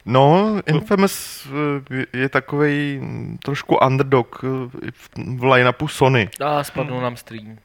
No, Infamous je takovej trošku underdog v line-upu Sony. Spadnul nám stream.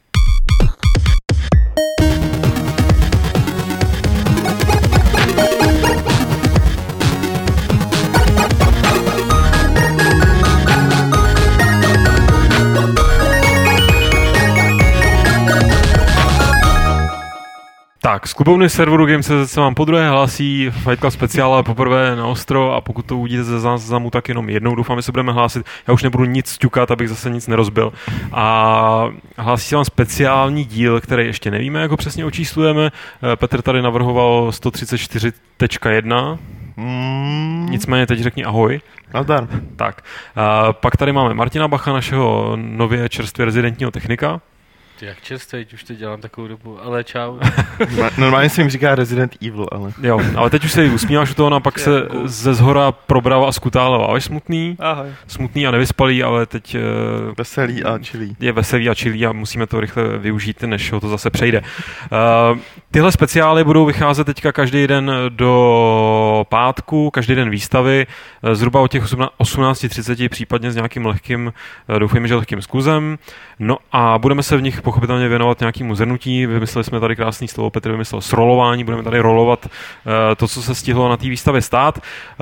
Tak, z klubovny serveru Games.cz se vám podruhé hlásí Fight Club speciál, ale poprvé na ostro, a pokud to uvidíte ze záznamu, tak jenom jednou, doufám, že se budeme hlásit. Já už nebudu nic ťukat, abych zase nic nerozbil. A hlásí se vám speciální díl, který ještě nevíme, jak ho přesně očíslujeme. Petr tady navrhoval 134.1. Nicméně teď řekni ahoj. Nazdar. Tak, pak tady máme Martina Bacha, našeho nově čerstvě rezidentního technika. Jak čerstvě, už to dělám takovou dobu, ale čau. Normálně se jim říká Resident Evil, ale... Jo, ale teď už se usmíváš u toho, a pak se ze zhora probral a skutálil. Ahoj, smutný. Ahoj. Smutný a nevyspalý, ale teď... veselý a chilý. Je veselý a chilý a musíme to rychle využít, než ho to zase přejde. Tyhle speciály budou vycházet teďka každý den do pátku, každý den výstavy, zhruba od těch 18:30, případně s nějakým lehkým, doufejme, že lehkým skluzem. No a budeme se v nich pochopitelně věnovat nějakému zhrnutí. Vymysleli jsme tady krásný slovo, Petr vymyslel srolování, budeme tady rolovat to, co se stihlo na té výstavě stát.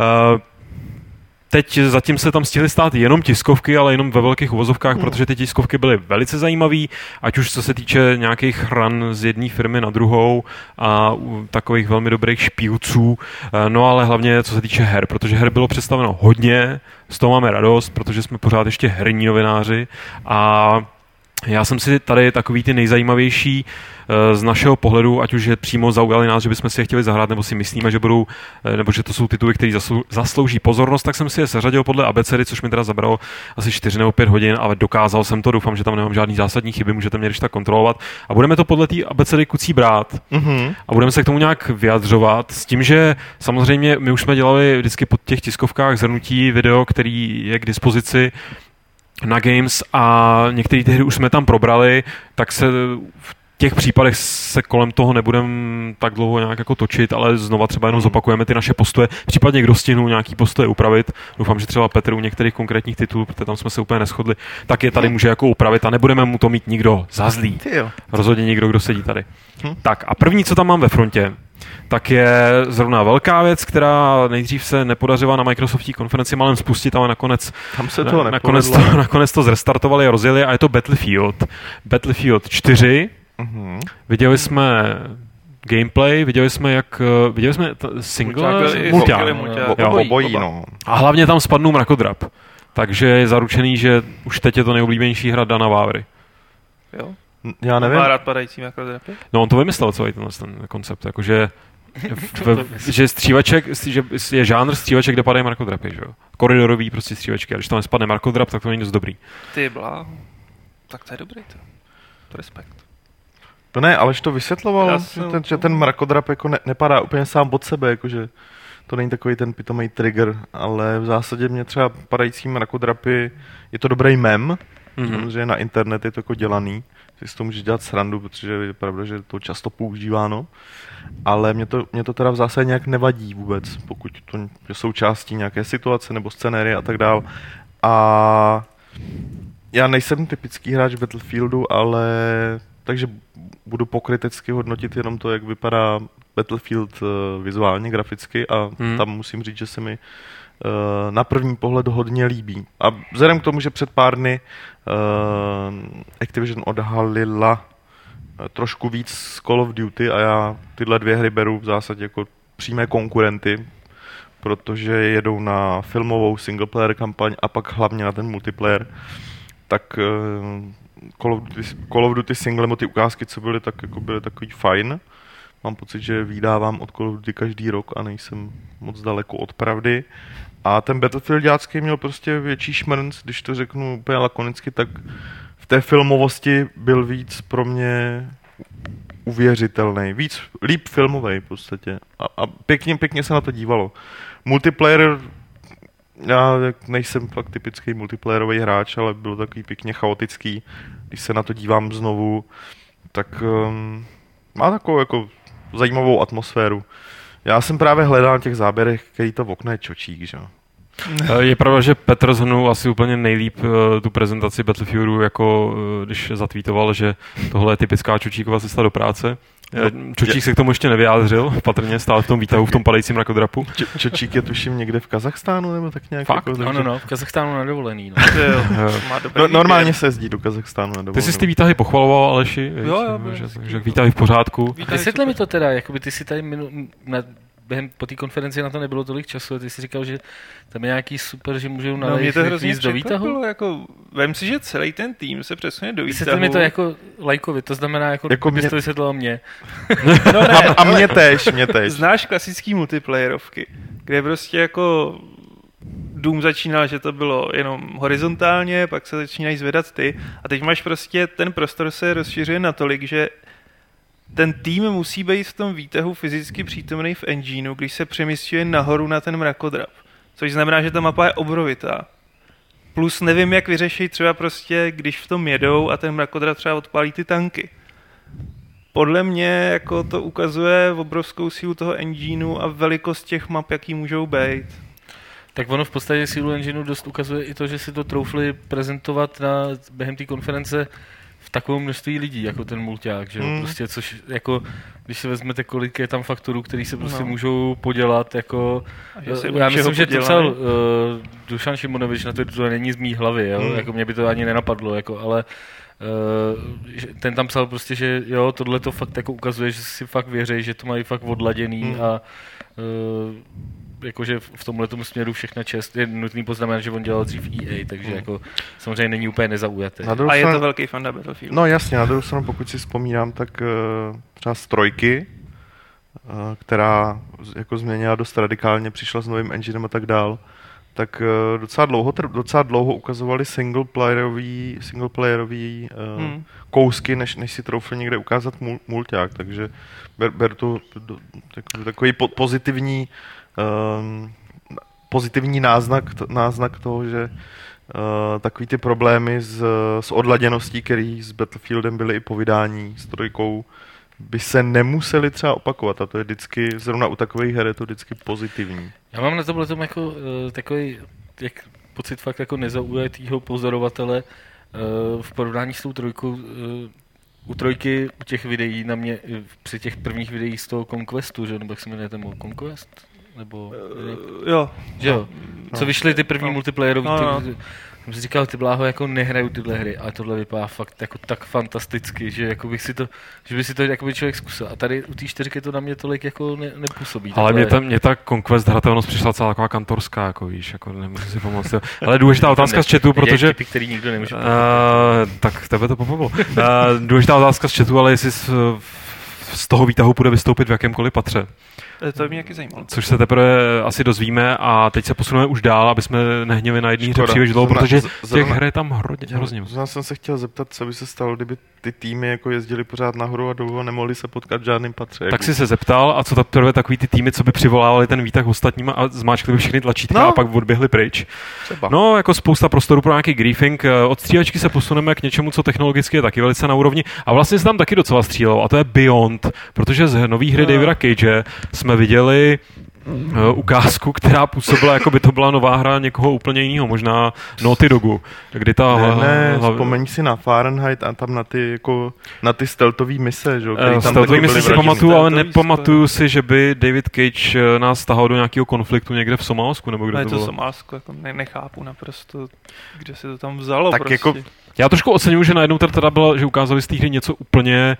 Teď zatím se tam stihly stát jenom tiskovky, ale jenom ve velkých uvozovkách, protože ty tiskovky byly velice zajímavé, ať už co se týče nějakých ran z jedné firmy na druhou a takových velmi dobrých špílců, no ale hlavně co se týče her, protože her bylo představeno hodně, z toho máme radost, protože jsme pořád ještě herní novináři a já jsem si tady takový ty nejzajímavější z našeho pohledu, ať už je přímo zaujali nás, že bychom si je chtěli zahrát, nebo si myslíme, že budou, nebo že to jsou tituly, které zaslouží pozornost, tak jsem si je seřadil podle abecedy, což mi teda zabralo asi 4 nebo 5 hodin, ale dokázal jsem to, doufám, že tam nemám žádný zásadní chyby, můžete mě když tak kontrolovat. A budeme to podle té abecedy kucí brát a budeme se k tomu nějak vyjadřovat s tím, že samozřejmě my už jsme dělali vždycky po těch tiskovkách zhrnutí video, který je k dispozici na Games a některé ty hry už jsme tam probrali, tak se v těch případech se kolem toho nebudeme tak dlouho nějak jako točit, ale znova třeba jenom zopakujeme ty naše postoje, případně kdo stihnul nějaký postoje upravit. Doufám, že třeba Petr u některých konkrétních titulů, protože tam jsme se úplně neshodli, tak je tady může jako upravit a nebudeme mu to mít nikdo za zlý. Rozhodně nikdo, kdo sedí tady. Tak a první, co tam mám ve frontě, tak je zrovna velká věc, která nejdřív se nepodařila na Microsoftí konferenci malem spustit, ale nakonec to zrestartovali a rozjeli a je to Battlefield 4. Viděli jsme gameplay, viděli jsme single, obojí, no. A hlavně tam spadnou mrakodrap. Takže je zaručený, že už teď je to nejoblíbenější hra Dana Vávry. Jo? Já nevím. Má rád padající mrakodrapy? No on to vymyslel celý ten koncept, jakože že střívaček, že je žánr střívaček, kde padají mrakodrapy, že jo? Koridorový prostě střívačky, a když tam spadne mrakodrap, tak to není dost dobrý. Ty bláho. Tak to je dobrý to. Respekt. No ne, alež to vysvětloval, že ten mrakodrap jako nepadá úplně sám od sebe, jakože to není takový ten pitomý trigger, ale v zásadě mě třeba padající mrakodrapy, je to dobrý mem, že na internet je to jako dělaný, si s to můžeš dělat srandu, protože je pravda, že to často používáno, ale mě to teda v zásadě nějak nevadí vůbec, pokud to je součástí nějaké situace nebo scenérie a tak dál. A já nejsem typický hráč Battlefieldu, ale takže budu pokrytecky hodnotit jenom to, jak vypadá Battlefield vizuálně, graficky a tam musím říct, že se mi na první pohled hodně líbí. A vzhledem k tomu, že před pár dny Activision odhalila trošku víc z Call of Duty a já tyhle dvě hry beru v zásadě jako přímé konkurenty, protože jedou na filmovou singleplayer kampaň a pak hlavně na ten multiplayer, tak Call of Duty single, ty ukázky, co byly, tak jako byly takový fajn. Mám pocit, že vydávám od Call of Duty každý rok a nejsem moc daleko od pravdy. A ten Battlefieldácký měl prostě větší šmrnc, když to řeknu úplně lakonicky, tak v té filmovosti byl víc pro mě uvěřitelný, líp filmový v podstatě. A pěkně se na to dívalo. Multiplayer, já nejsem fakt typický multiplayerový hráč, ale byl takový pěkně chaotický. Když se na to dívám znovu, tak má takovou jako zajímavou atmosféru. Já jsem právě hledal na těch záběrech, který to okno je čočík, že jo. Je pravda, že Petr zhrnul asi úplně nejlíp tu prezentaci Battlefieldu, jako když zatvítoval, že tohle je typická Čočíkova cesta do práce. Čočík se k tomu ještě nevyjádřil, patrně stál v tom výtahu, v tom padajícím mrakodrapu. Čočík je tuším někde v Kazachstánu, nebo tak nějak? Fakt? Jako, No, v Kazachstánu na dovolený. No. Normálně se jezdí do Kazachstánu na dovolenou. Ty jsi ty výtahy pochvaloval, Aleši? Jo, že výtahy v pořádku. Vysvětli mi to teda, jakoby ty si tady během po té konferenci na to nebylo tolik času a ty jsi říkal, že tam je nějaký super, že můžou nalejt do výtahu. Jako, vem si, že celý ten tým se přesune do výtahu. Vysvětli mi to jako lajkovi, to znamená, jako bys to vysvětlilo mě. No ne, a mě též. Znáš klasický multiplayerovky, kde prostě jako Doom začínal, že to bylo jenom horizontálně, pak se začínají zvedat ty a teď máš prostě, ten prostor se rozšiřuje natolik, že ten tým musí být v tom výtahu fyzicky přítomný v engineu, když se přemísťuje nahoru na ten mrakodrap. Což znamená, že ta mapa je obrovitá. Plus nevím, jak vyřešit třeba prostě, když v tom jedou a ten mrakodrap třeba odpálí ty tanky. Podle mě jako to ukazuje obrovskou sílu toho engineu a velikost těch map, jaký můžou být. Tak ono v podstatě sílu engineu dost ukazuje i to, že si to troufli prezentovat během té konference v takovém množství lidí, jako ten mulťák, že jo, prostě, což jako, když si vezmete, kolik je tam faktorů, který se prostě můžou podělat, jako, já myslím, že to psal Dušan Šimonovič, na to není z mý hlavy, jo, jako mě by to ani nenapadlo, jako, ale ten tam psal prostě, že jo, tohle to fakt jako ukazuje, že si fakt věří, že to mají fakt odladěný a jakože v tomhletom směru všechna čest je nutný poznamenat, že on dělal dřív EA, takže jako samozřejmě není úplně nezaujatý. A je to velký fan Battlefield. No jasně, na druhou stranu, pokud si vzpomínám, tak třeba z Trojky, která jako změnila dost radikálně, přišla s novým enginem a tak dál, tak docela dlouho ukazovali singleplayerový kousky, než si troufli někde ukázat mulťák, takže ber to takový pozitivní náznak toho, že takový ty problémy s odladěností, který s Battlefieldem byly i po vydání s Trojkou, by se nemuseli třeba opakovat a to je vždycky, zrovna u takových her je to vždycky pozitivní. Já mám na tomhle tom jako takový pocit fakt jako nezaujatýho pozorovatele v porovnání s tou Trojkou. U Trojky, u těch videí na mě, při těch prvních videích z toho Conquestu, že? Nebo jak se jmenuje ten Conquest? Nebo jo. Že jo? Co vyšly ty první multiplayerový, jsem si říkal, ty bláho, jako nehraju tyhle hry, ale tohle vypadá fakt jako tak fantasticky, že jako bych si to, že by si to jako by člověk zkusil. A tady u té 4 to na mě tolik jako nepůsobí. Ale mě ta Conquest hratelnost přišla celá taková kantorská, jako víš, jako nemůžu si pomoct. Ale důležitá otázka z chatu, protože typy, který nikdo nemůže tak tebe to pobavilo. Důležitá otázka z chatu, ale jestli z toho výtahu bude vystoupit v jakémkoliv patře. To by mě taky zajímalo. Což se teprve asi dozvíme a teď se posuneme už dál, aby jsme nehněli na jedné hře příliš dlouho, protože těch her je tam hrozně. Já jsem se chtěl zeptat, co by se stalo, kdyby ty týmy jako jezdili pořád nahoru a dolů a nemohli se potkat v žádném patře. Tak si se zeptal, a co teprve takový ty týmy, co by přivolávali ten výtah ostatníma a zmáčkli by všechny tlačítka a pak odběhli pryč. Třeba. No, jako spousta prostoru pro nějaký griefing. Od střílečky se posuneme k něčemu, co technologicky je taky velice na úrovni. A vlastně se tam taky docela střílelo, a to je Beyond, protože z nové hry Davida Cage jsme viděli ukázku, která působila, jako by to byla nová hra někoho úplně jiného, možná Naughty Dogu, kdy ta... vzpomeň si na Fahrenheit a tam na ty stealthové mise, že? Stealthové mise si pamatuju, ale nepamatuju si, že by David Cage nás tahal do nějakého konfliktu někde v Somálsku, nebo kde to bylo. Somálsko, jako nechápu naprosto, kde se to tam vzalo tak prostě. Jako... Já trošku oceňuji, že najednou teda bylo, že ukázali z té hry něco úplně,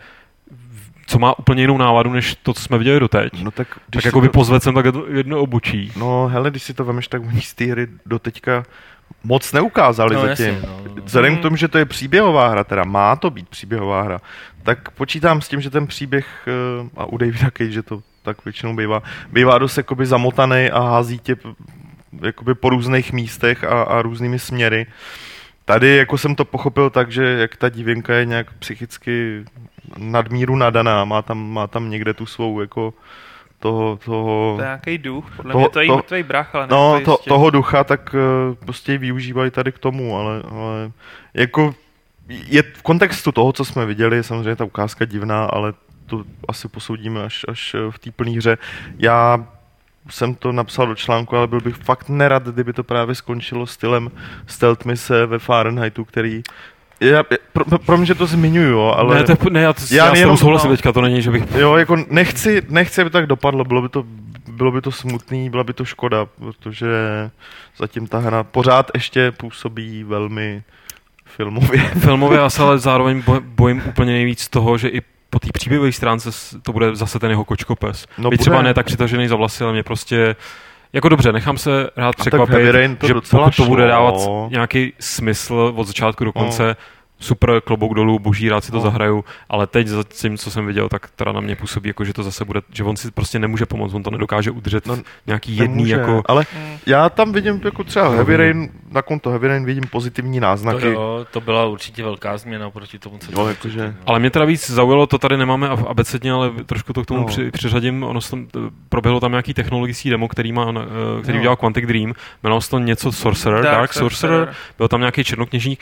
co má úplně jinou náladu, než to, co jsme viděli doteď. No tak jako by pozvedl jsem tak jedno obočí. No hele, když si to vemeš, tak oni z té hry doteďka moc neukázali zatím. Jasně, Vzhledem k tomu, že to je příběhová hra, teda má to být příběhová hra, tak počítám s tím, že ten příběh, a u Davida Cage, že to tak většinou bývá dost jakoby zamotaný a hází tě jakoby po různých místech a různými směry. Tady jako jsem to pochopil tak, že jak ta divěnka je nějak psychicky nadmíru nadaná, má tam někde tu svou jako toho... To je nějaký duch, podle mě to je mrtvej brach, ale no, toho ducha, tak prostě ji využívají tady k tomu, ale jako je v kontextu toho, co jsme viděli, samozřejmě ta ukázka divná, ale to asi posoudíme až v té plné hře. Já jsem to napsal do článku, ale byl bych fakt nerad, kdyby to právě skončilo stylem stealth mise ve Fahrenheitu, který pro mě, že to zmiňuju, jo, ale... já s tebou souhlasím teďka, to není, že bych... Jo, jako nechci, aby tak dopadlo, bylo by to smutný, byla by to škoda, protože zatím ta hra pořád ještě působí velmi filmově. Filmově asi, ale zároveň bojím úplně nejvíc toho, že i po té příběhové stránce to bude zase ten jeho kočkopes. Byť třeba ne tak přitažený za vlasy, ale mě prostě... Jako dobře, nechám se rád překvapit, že pokud to bude dávat nějaký smysl od začátku do konce, super, klobouk dolů, boží, rád si to zahraju, ale teď za tím, co jsem viděl, tak teda na mě působí, jako, že to zase bude, že on si prostě nemůže pomoct, on to nedokáže udržet nějaký jedný, jako... Ale já tam vidím jako třeba Heavy Rain, na konto Heavy Rain vidím pozitivní náznaky. To byla určitě velká změna proti tomu, co to jakože... Ale mě teda víc zaujalo, to tady nemáme abecedně, ale trošku to k tomu přiřadím, proběhlo tam nějaký technologický demo, který udělal Quantic Dream, jmenovalo se to něco Sorcerer, Dark Sorcerer, byl tam nějaký černokněžník.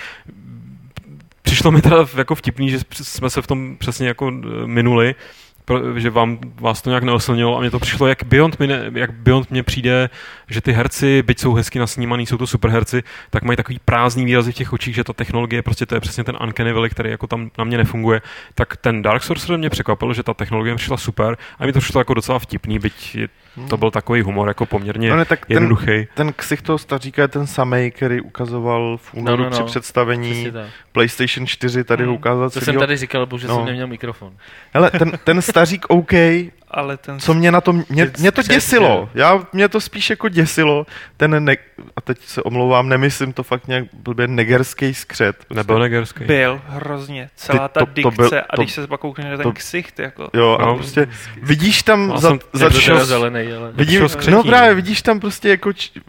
Přišlo mi teda jako vtipný, že jsme se v tom přesně jako minuli, že vás to nějak neoslnilo a mně to přišlo, jak Beyond mně přijde, že ty herci, byť jsou hezky nasnímaný, jsou to super herci, tak mají takový prázdný výrazy v těch očích, že ta technologie, prostě to je přesně ten Uncanny Valley, který jako tam na mě nefunguje. Tak ten Dark Sorcerer mě překvapil, že ta technologie mi přišla super a mi to přišlo jako docela vtipný, byť to byl takový humor jako poměrně jednoduchý. Ten ksicht toho staříka je ten samej, který ukazoval v únoru při představení PlayStation 4, tady ho ukázal celýho. To jsem tady říkal, bože jsem neměl mikrofon. Hele, ten stařík OK, ale co mě na to, mě to děsilo. Mě to spíš jako děsilo. A teď se omlouvám, nemyslím to fakt nějak blbě, negerský skřet. Prostě. Nebyl negerský. Byl hrozně. Celá ta dikce a když se pak koukneš na ten ksicht, jako... Jo, a prostě vidíš tam zelený, ale... Vidíš tam prostě jako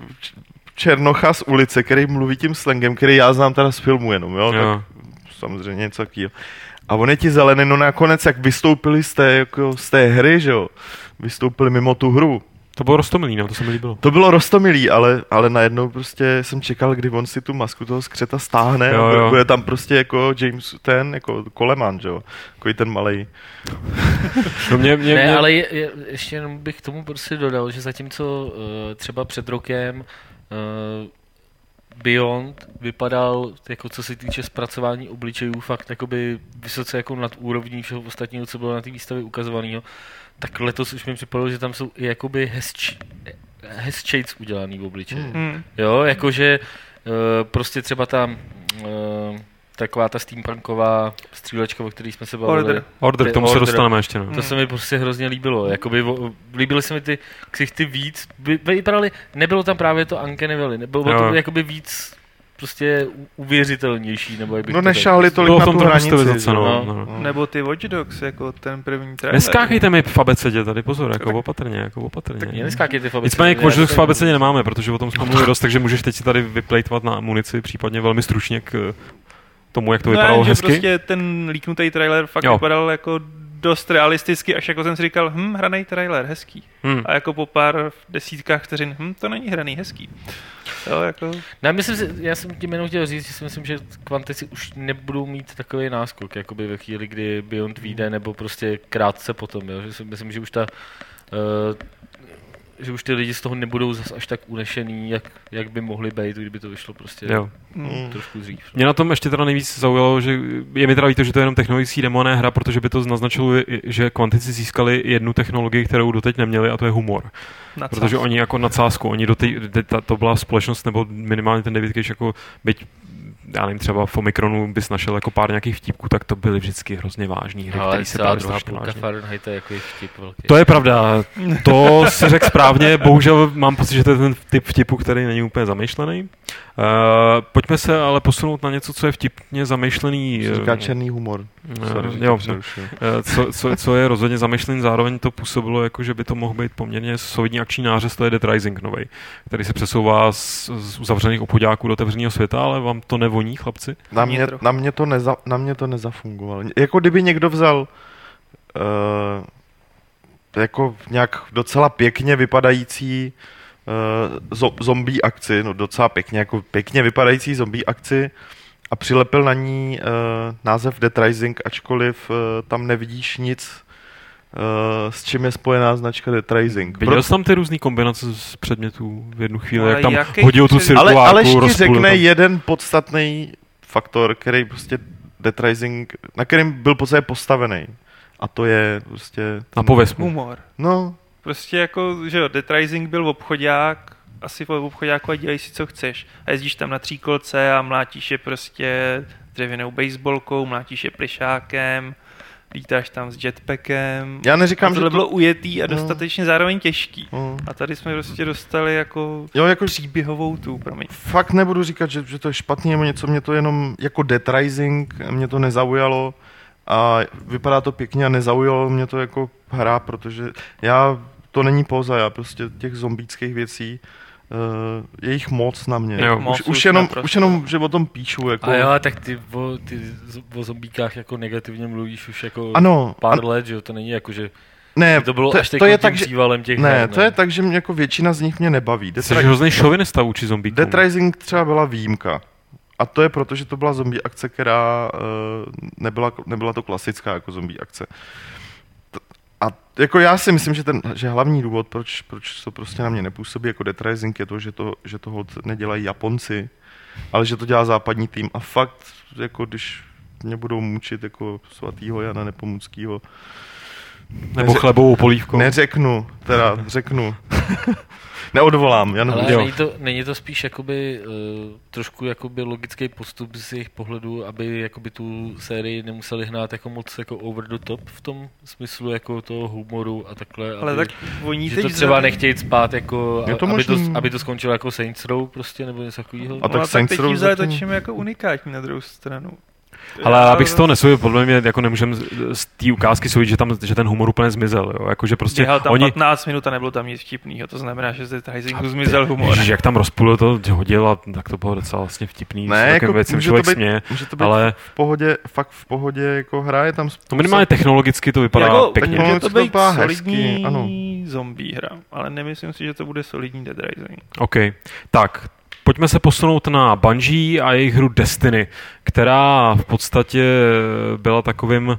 černocha z ulice, který mluví tím slangem, který já znám teda z filmu jenom, jo? Tak samozřejmě něco takového. A on je ti zelený, no nakonec, jak vystoupili z té hry, že jo, vystoupili mimo tu hru. To bylo roztomilý, no, to se mi líbilo. To bylo roztomilý, ale najednou prostě jsem čekal, kdy on si tu masku toho skřeta stáhne a bude tam prostě jako James, jako Coleman, že jo, jako ten malej. No mě... ale ještě jenom bych k tomu prostě dodal, že zatímco třeba před rokem Beyond vypadal, jako co se týče zpracování obličejů, fakt jakoby vysoce jako nad úrovní všeho ostatního, co bylo na té výstavě ukazovaného, tak letos už mi připadalo, že tam jsou i jakoby has shades udělaný v obličeji. Jo, jakože prostě třeba tam taková ta steampunková střílečka, o který jsme se bavili. Order, k tomu se dostaneme ještě. No. To se mi prostě hrozně líbilo. Jakoby líbily se mi ty ksichty víc. Vypadaly, nebylo tam právě to Uncanny Valley, nebylo to jakoby víc prostě uvěřitelnější, nebo jak bych nešáhli tolik na tu hranici. Nebo ty Watch Dogs, jako ten první trailer. Neskákejte mi v abecedě tady, pozor, jako opatrně. Tak neskákejte v abecedě. Nicméně Watch Dogs v abecedě nemáme, protože o tom jsme mluvili dost, takže můžeš teď si tady vyplejtvat na amunici, případně velmi stručně k tomu, jak to vypadalo hezky. Prostě ten líknutý trailer fakt vypadal jako dost realisticky, až jako jsem si říkal, hranej trailer, hezký. A jako po pár desítkách vteřin, to není hraný, hezký. Jo, jako... Já jsem tím jenom chtěl říct, že si myslím, že kvantici už nebudou mít takový náskok, jakoby ve chvíli, kdy Beyond vyjde, nebo prostě krátce potom, jo. Že si myslím, že už že už ty lidi z toho nebudou zas až tak unešený, jak by mohli být, kdyby to vyšlo prostě trošku dřív. Mě na tom ještě teda nejvíc zaujalo, že je mi teda líto, že to je jenom technologický demo, ne hra, protože by to naznačilo, že kvantici získali jednu technologii, kterou doteď neměli, a to je humor. Protože oni jako nadsázku, to byla společnost, nebo minimálně ten David Cage, jako byť já nevím, třeba v Omikronu bys našel jako pár nějakých vtipků, tak to byly vždycky hrozně vážný hry, které se brali strašně vážně. Fahrenheit je jako vtip velký. To je pravda, to si řekl správně, bohužel mám pocit, že to je ten typ vtipu, který není úplně zamýšlený. Pojďme se ale posunout na něco, co je vtipně zamýšlený. Říká černý humor. Co je rozhodně zamýšlený, zároveň to působilo, jako, že by to mohl být poměrně solidní akční nářez, to je Dead Rising novej, který se přesouvá z uzavřených obchodáků do otevřeného světa, ale vám to nevoní, chlapci? Na mě to nezafungovalo. Jako kdyby někdo vzal jako nějak docela pěkně vypadající zombie akci, no docela pěkně, jako pěkně vypadající zombie akci a přilepil na ní název Dead Rising, ačkoliv tam nevidíš nic s čím je spojená značka Dead Rising. Viděl jsi tam ty různý kombinace z předmětů v jednu chvíli, Ale jak tam jaký hodil tu cirkulárku, Ale ti rozpůlil řekne tam. jeden podstatný faktor, který prostě Dead Rising, na kterým byl podstatě postavený. A to je prostě... A pověz mu. Humor. No, Prostě jako, že jo, Dead Rising byl obchodák, asi v obchodáku a dělej si, co chceš. A jezdíš tam na tříkolce a mlátíš je prostě dřevěnou baseballkou, mlátíš je plišákem, lítáš tam s jetpackem. já neříkám, A tohle že to... bylo ujetý a dostatečně zároveň těžký. No. A tady jsme prostě dostali jako Jo, jako příběhovou tu, promiň. fakt nebudu říkat, že to je špatný nebo něco, mě to jenom jako Dead Rising, mě to nezaujalo a vypadá to pěkně a nezaujalo mě to jako hra, protože to není póza, já prostě těch zombíckých věcí je jich moc na mě. Jo. Moc Už už jenom, naprosto. už jenom, že o tom píšu. Jako... A jo, tak ty o zombíkách jako negativně mluvíš už jako Ano, pár let, že jo, to není jako, že ne, to bylo až to je tím tak, že, přívalem těch ne, her, to je tak, že mě jako většina z nich mě nebaví. Jsi hrozný šovinista vůči zombíkům. Dead Rising třeba byla výjimka. A to je proto, že to byla zombie akce, která nebyla to klasická jako zombie akce. A jako já si myslím, že hlavní důvod, proč to prostě na mě nepůsobí jako Dead Rising, je to, že to holt nedělají Japonci, ale že to dělá západní tým. A fakt, jako když mě budou mučit jako svatýho Jana Nepomuckýho, Nebo chlebovou polívkou. Řeknu. Neodvolám. Ale není to spíš jakoby, trošku jakoby logický postup z jejich pohledu, aby jakoby tu sérii nemuseli hnát jako moc jako over the top v tom smyslu jako toho humoru a takhle. Ale tak oni že teď to třeba nechtějí spát jako, aby to skončilo jako Saints Row prostě nebo něco takového. A tak tak Saints teď Row ji vzali zatím- točíme jako unikátní na druhou stranu. Ale abych z toho nesouvěl, podle mě jako nemůžeme z té ukázky soudit, že ten humor úplně zmizel. Jo? Jako, že prostě Běhal tam oni... 15 minut a nebylo tam nic vtipného, to znamená, že z Dead Risingu zmizel humor. Ježiš, jak tam rozpůlil to, hodil a tak to bylo docela vlastně vtipný. Ne, jako věcem může člověk to být, směje, může to být ale fakt v pohodě jako hraje tam způsob. no minimálně technologicky to vypadá Jako, pěkně. může to To být vypadá solidní hezky, ano. zombie hra, ale nemyslím si, že to bude solidní Dead Rising. OK, tak pojďme se posunout na Bungie a jejich hru Destiny, která v podstatě byla takovým,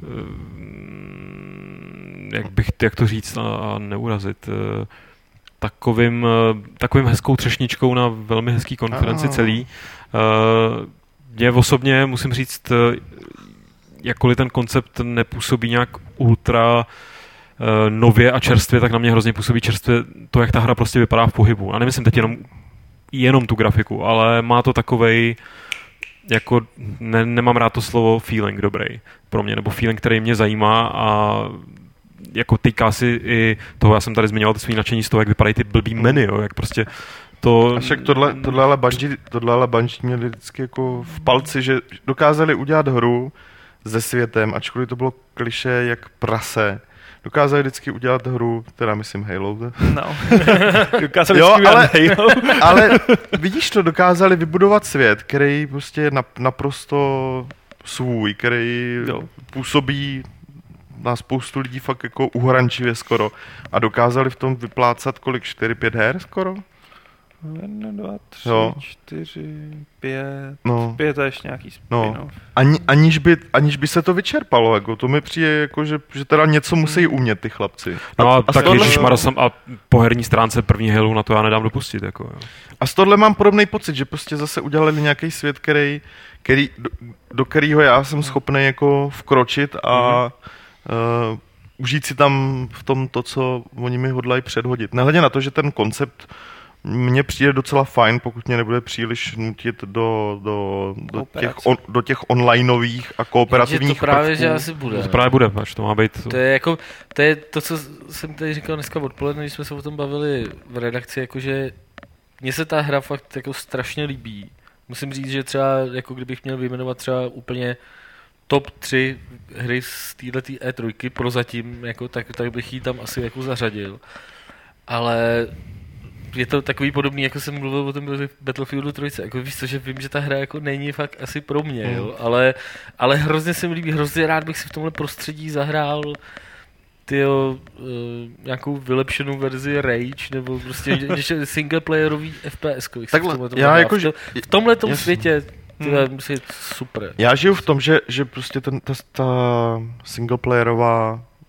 jak to říct a neurazit, takovým hezkou třešničkou na velmi hezký konferenci celý. Mě osobně musím říct, jakkoliv ten koncept nepůsobí nějak ultra nově a čerstvě, tak na mě hrozně působí čerstvě to, jak ta hra prostě vypadá v pohybu. A nemyslím teď jenom tu grafiku, ale má to takovej, jako nemám rád to slovo feeling dobrý pro mě, nebo feeling, který mě zajímá a jako týká si i toho, já jsem tady zmiňoval svý nadšení z toho, jak vypadají ty blbý menu, jo, jak prostě to... A však tohle ale Bungie měli vždycky jako v palci, že dokázali udělat hru se světem, ačkoliv to bylo klišé jak prase. Dokázali vždycky udělat hru, teda myslím Halo. No. Dokázali Jo, Halo. ale vidíš to, dokázali vybudovat svět, který prostě je naprosto svůj, který působí na spoustu lidí fakt jako uhrančivě skoro. A dokázali v tom vyplácat kolik? 4-5 her skoro? 1, 2, 3, Jo. 4, 5, No. 5 a ještě nějaký No. spin-off. Aniž by se to vyčerpalo, jako to mi přijde, jako, že teda něco musí umět ty chlapci. No a tak tohle- ježišmarja a po herní stránce první Halo na to já nedám dopustit. Jako, jo. A z tohle mám podobný pocit, že prostě zase udělali nějaký svět, do kterého já jsem schopný jako vkročit a užít si tam v tom to, co oni mi hodlají předhodit. Nehledě na to, že ten koncept mně přijde docela fajn, pokud mě nebude příliš nutit do těch onlineových a kooperativních to právě, prvků. že asi bude. To právě bude, až to má být... To je to, co jsem tady říkal dneska odpoledne, když jsme se o tom bavili v redakci, jakože mně se ta hra fakt jako strašně líbí. Musím říct, že třeba, jako kdybych měl vyjmenovat třeba úplně top 3 hry z této E3 prozatím, jako, tak bych ji tam asi jako zařadil. Ale je to takový podobný, jako jsem mluvil o tom Battlefieldu 3. Jako víš co, že vím, že ta hra jako není fakt asi pro mě, jo? Ale hrozně se mi líbí, hrozně rád bych si v tomhle prostředí zahrál nějakou vylepšenou verzi Rage, nebo prostě singleplayerový FPS. V tomhletom světě je super. Já žiju v tom, že prostě ta singleplayerová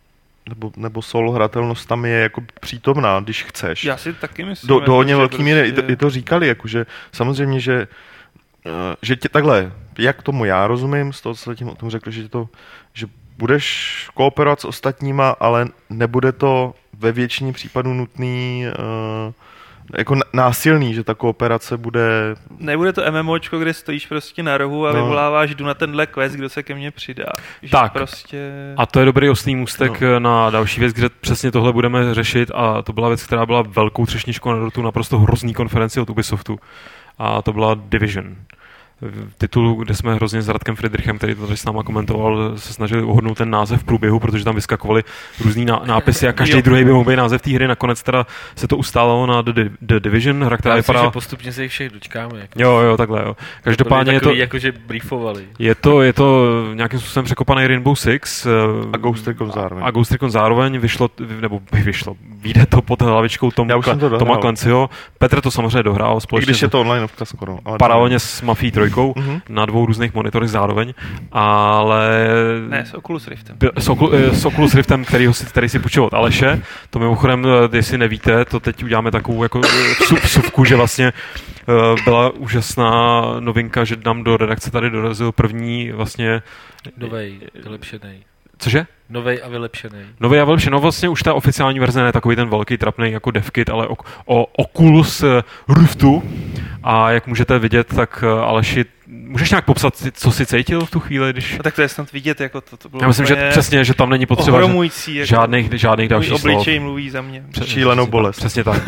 nebo solo hratelnost tam je jako přítomná, když chceš. Já si taky myslím. Do hodně velký míry i to říkali, jakože samozřejmě, že tě takhle, jak tomu já rozumím, z toho, co tím o tom řekl, že budeš kooperovat s ostatníma, ale nebude to ve většině případů nutný jako násilný, že ta kooperace bude... Nebude to MMOčko, kde stojíš prostě na rohu a vyvoláváš, jdu na tenhle quest, kdo se ke mně přidá. Že tak, prostě... a to je dobrý oslý můstek na další věc, kde přesně tohle budeme řešit a to byla věc, která byla velkou třešničkou na dortu naprosto hrozný konferenci od Ubisoftu a to byla Division. Titulu, kde jsme hrozně s Radkem Friedrichem, který to tady s náma komentoval, se snažili uhodnout ten název v průběhu, protože tam vyskakovaly různý nápisy a každý druhý by mohl být název té hry. Nakonec teda se to ustálilo na The Division, hra, která vypadá... Že postupně se jich všech dočkáme. Jako. Jo, takhle, jo. Každopádně je to... jakože briefovali. Je to nějakým způsobem překopaný Rainbow Six. A Ghost Recon zároveň. A Ghost Recon zároveň vyjde to pod hlavičkou Toma Clancyho. Petr to samozřejmě dohrál společně. I když je to onlineovka skoro. Paralelně s Mafii 3 na 2 různých monitorech zároveň, ale... Ne, s Oculus Riftem. S Oculus Riftem, který si půjčil od Aleše. To mimochodem, jestli nevíte, to teď uděláme takovou jako vsuvku, že vlastně byla úžasná novinka, že nám do redakce tady dorazil první vlastně... Novej, vylepšenej. Cože? Novej a vylepšený. No vlastně už ta oficiální verze ne takový ten velký trapnej jako DevKit, ale o Oculus Riftu. A jak můžete vidět, tak Aleši, můžeš nějak popsat, co jsi cítil v tu chvíli, když... No tak to je snad vidět, jako to bylo. Já myslím, že přesně, že tam není potřeba jako žádných dalších slov. Můj obličej mluví za mě. Šílenou bolest. Přesně tak.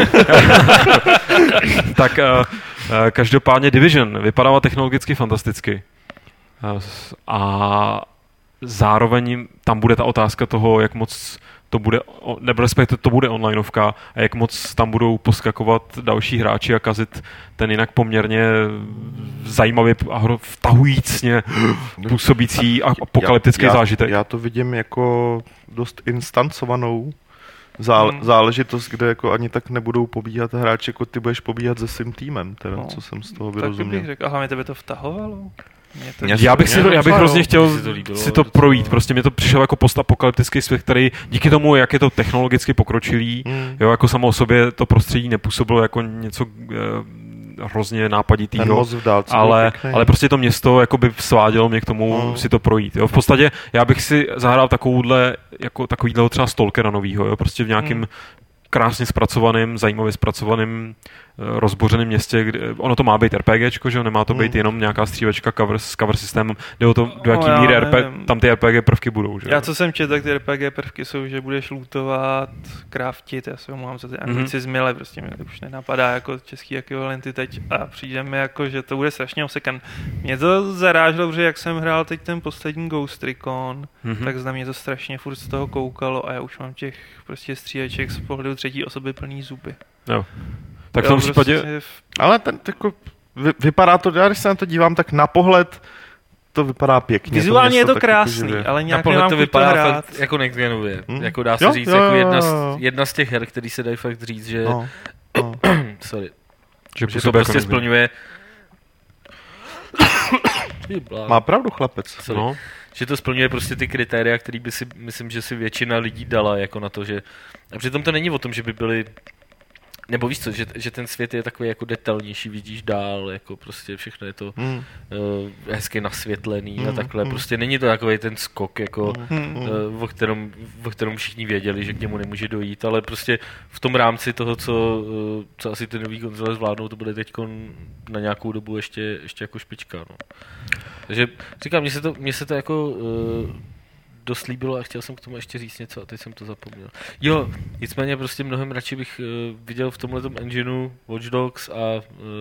Tak každopádně Division vypadala technologicky fantasticky. A zároveň tam bude ta otázka toho, jak moc to bude, nebo respektive to bude onlineovka a jak moc tam budou poskakovat další hráči a kazit ten jinak poměrně zajímavě a vtahujícně působící a apokalyptický zážitek. Já to vidím jako dost instancovanou záležitost, kde jako ani tak nebudou pobíhat hráči, jako ty budeš pobíhat se svým týmem, teda, co jsem z toho vyrozuměl. Tak bych řekl, a hlavně tebe to vtahovalo? Já bych hrozně chtěl si to projít, prostě mě to přišel jako postapokalyptický svět, který díky tomu, jak je to technologicky pokročilý, jo, jako samo o sobě to prostředí nepůsobilo jako něco hrozně nápaditýho, ale prostě to město jako by svádělo mě k tomu si to projít. Jo. V podstatě já bych si zahrál takovýhle třeba Stalkera novýho, jo, prostě v nějakým krásně zpracovaným, zajímavě zpracovaným, rozbořeném městě, kde ono to má být RPGčko, že nemá to být jenom nějaká střílečka s cover systémem, jde o to, do jaký míry tam ty RPG prvky budou. Že? Já co jsem četl, tak ty RPG prvky jsou, že budeš lootovat, craftit, já se omlouvám za ty anglicizmy, ale prostě mě to už nenapadá jako český ekvivalenty teď a přijde mi jako, že to bude strašně osekan. Mě to zaráželo, protože jak jsem hrál teď ten poslední Ghost Recon, tak na mě to strašně furt z toho koukalo a já už mám těch prostě stříleček z pohledu třetí osoby plný zuby. Jo. Tak v tom případě... Ale ten jako vypadá to, já když se na to dívám, tak na pohled to vypadá pěkně. Vizuálně je to krásný, ale nějak nemám to vypadá fakt jako next genově. Jako dá se říct, jako jedna z těch her, který se dají fakt říct, že... Sorry. Že to prostě splňuje... Má pravdu chlapec. No. Že to splňuje prostě ty kritéria, který by si, myslím, že si většina lidí dala jako na to, že... A přitom to není o tom, že by byly... Nebo víš co, že ten svět je takový jako detailnější, vidíš dál, jako prostě všechno je to hezky nasvětlený a takhle. Prostě není to takový ten skok, jako, o kterém všichni věděli, že k němu nemůže dojít, ale prostě v tom rámci toho, co asi ty nový konzole zvládnou, to bude teď na nějakou dobu ještě jako špička. No. Takže říkám, mně se to jako... dost líbilo a chtěl jsem k tomu ještě říct něco a teď jsem to zapomněl. Jo, nicméně prostě mnohem radši bych viděl v tomhletom engineu Watch Dogs a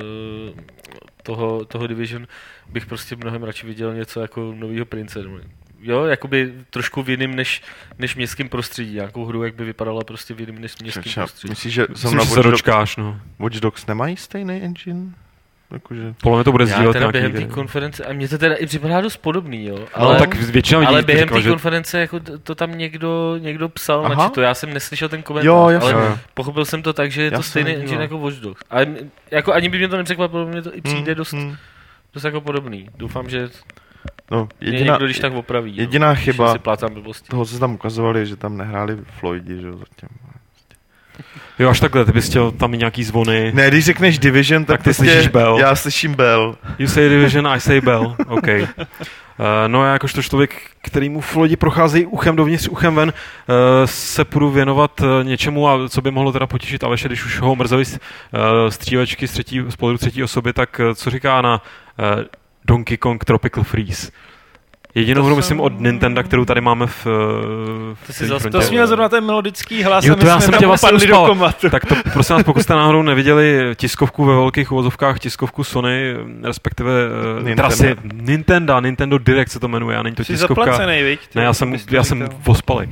toho Division bych prostě mnohem radši viděl něco jako novýho Prince. Jo, jakoby trošku v jiným než městským prostředí. Nějakou hru, jak by vypadala prostě v jiným než městským prostředí. Myslíš, že Watch Dogs nemají stejný engine? Jakože... Podle mě to bude sdílet nějaký... během té konference, a mně to teda i připadá dost podobný, jo. Ale, tak většina lidí ale během té konference jako to tam někdo psal, načito. Já jsem neslyšel ten komentář, ale pochopil jsem to tak, že je to stejný engine jako Watch Dogs. Ale jako ani by mě to nepřekvapilo, mě to i přijde dost jako podobný. Doufám, že No, Někdo, když tak opraví. Jediná chyba toho, co tam ukazovali, je, že tam nehráli Floydi, že jo, zatím. Jo, až takhle, ty bys chtěl tam mít nějaký zvony. Ne, když řekneš Division, tak ty slyšíš Bell. Já slyším Bell. You say Division, I say Bell. OK. No já jakožto člověk, kterýmu Floydi procházejí uchem dovnitř, uchem ven, se půjdu věnovat něčemu, a co by mohlo teda potěšit Aleše, když už ho mrzeli střílečky z pohledu třetí osoby, tak co říká na Donkey Kong Tropical Freeze? Jedinou hru, myslím, od Nintendo, kterou tady máme v To jsi měl zrovna ten melodický hlas, jo, to já jsem tě vlastně uspal. Tak to prosím vás, pokud jste náhodou neviděli tiskovku ve velkých uvozovkách, tiskovku Sony, respektive Nintendo Direct se to jmenuje, a není to tiskovka. Jsi zaplacenej, viď? Ne, já jsem vospalej.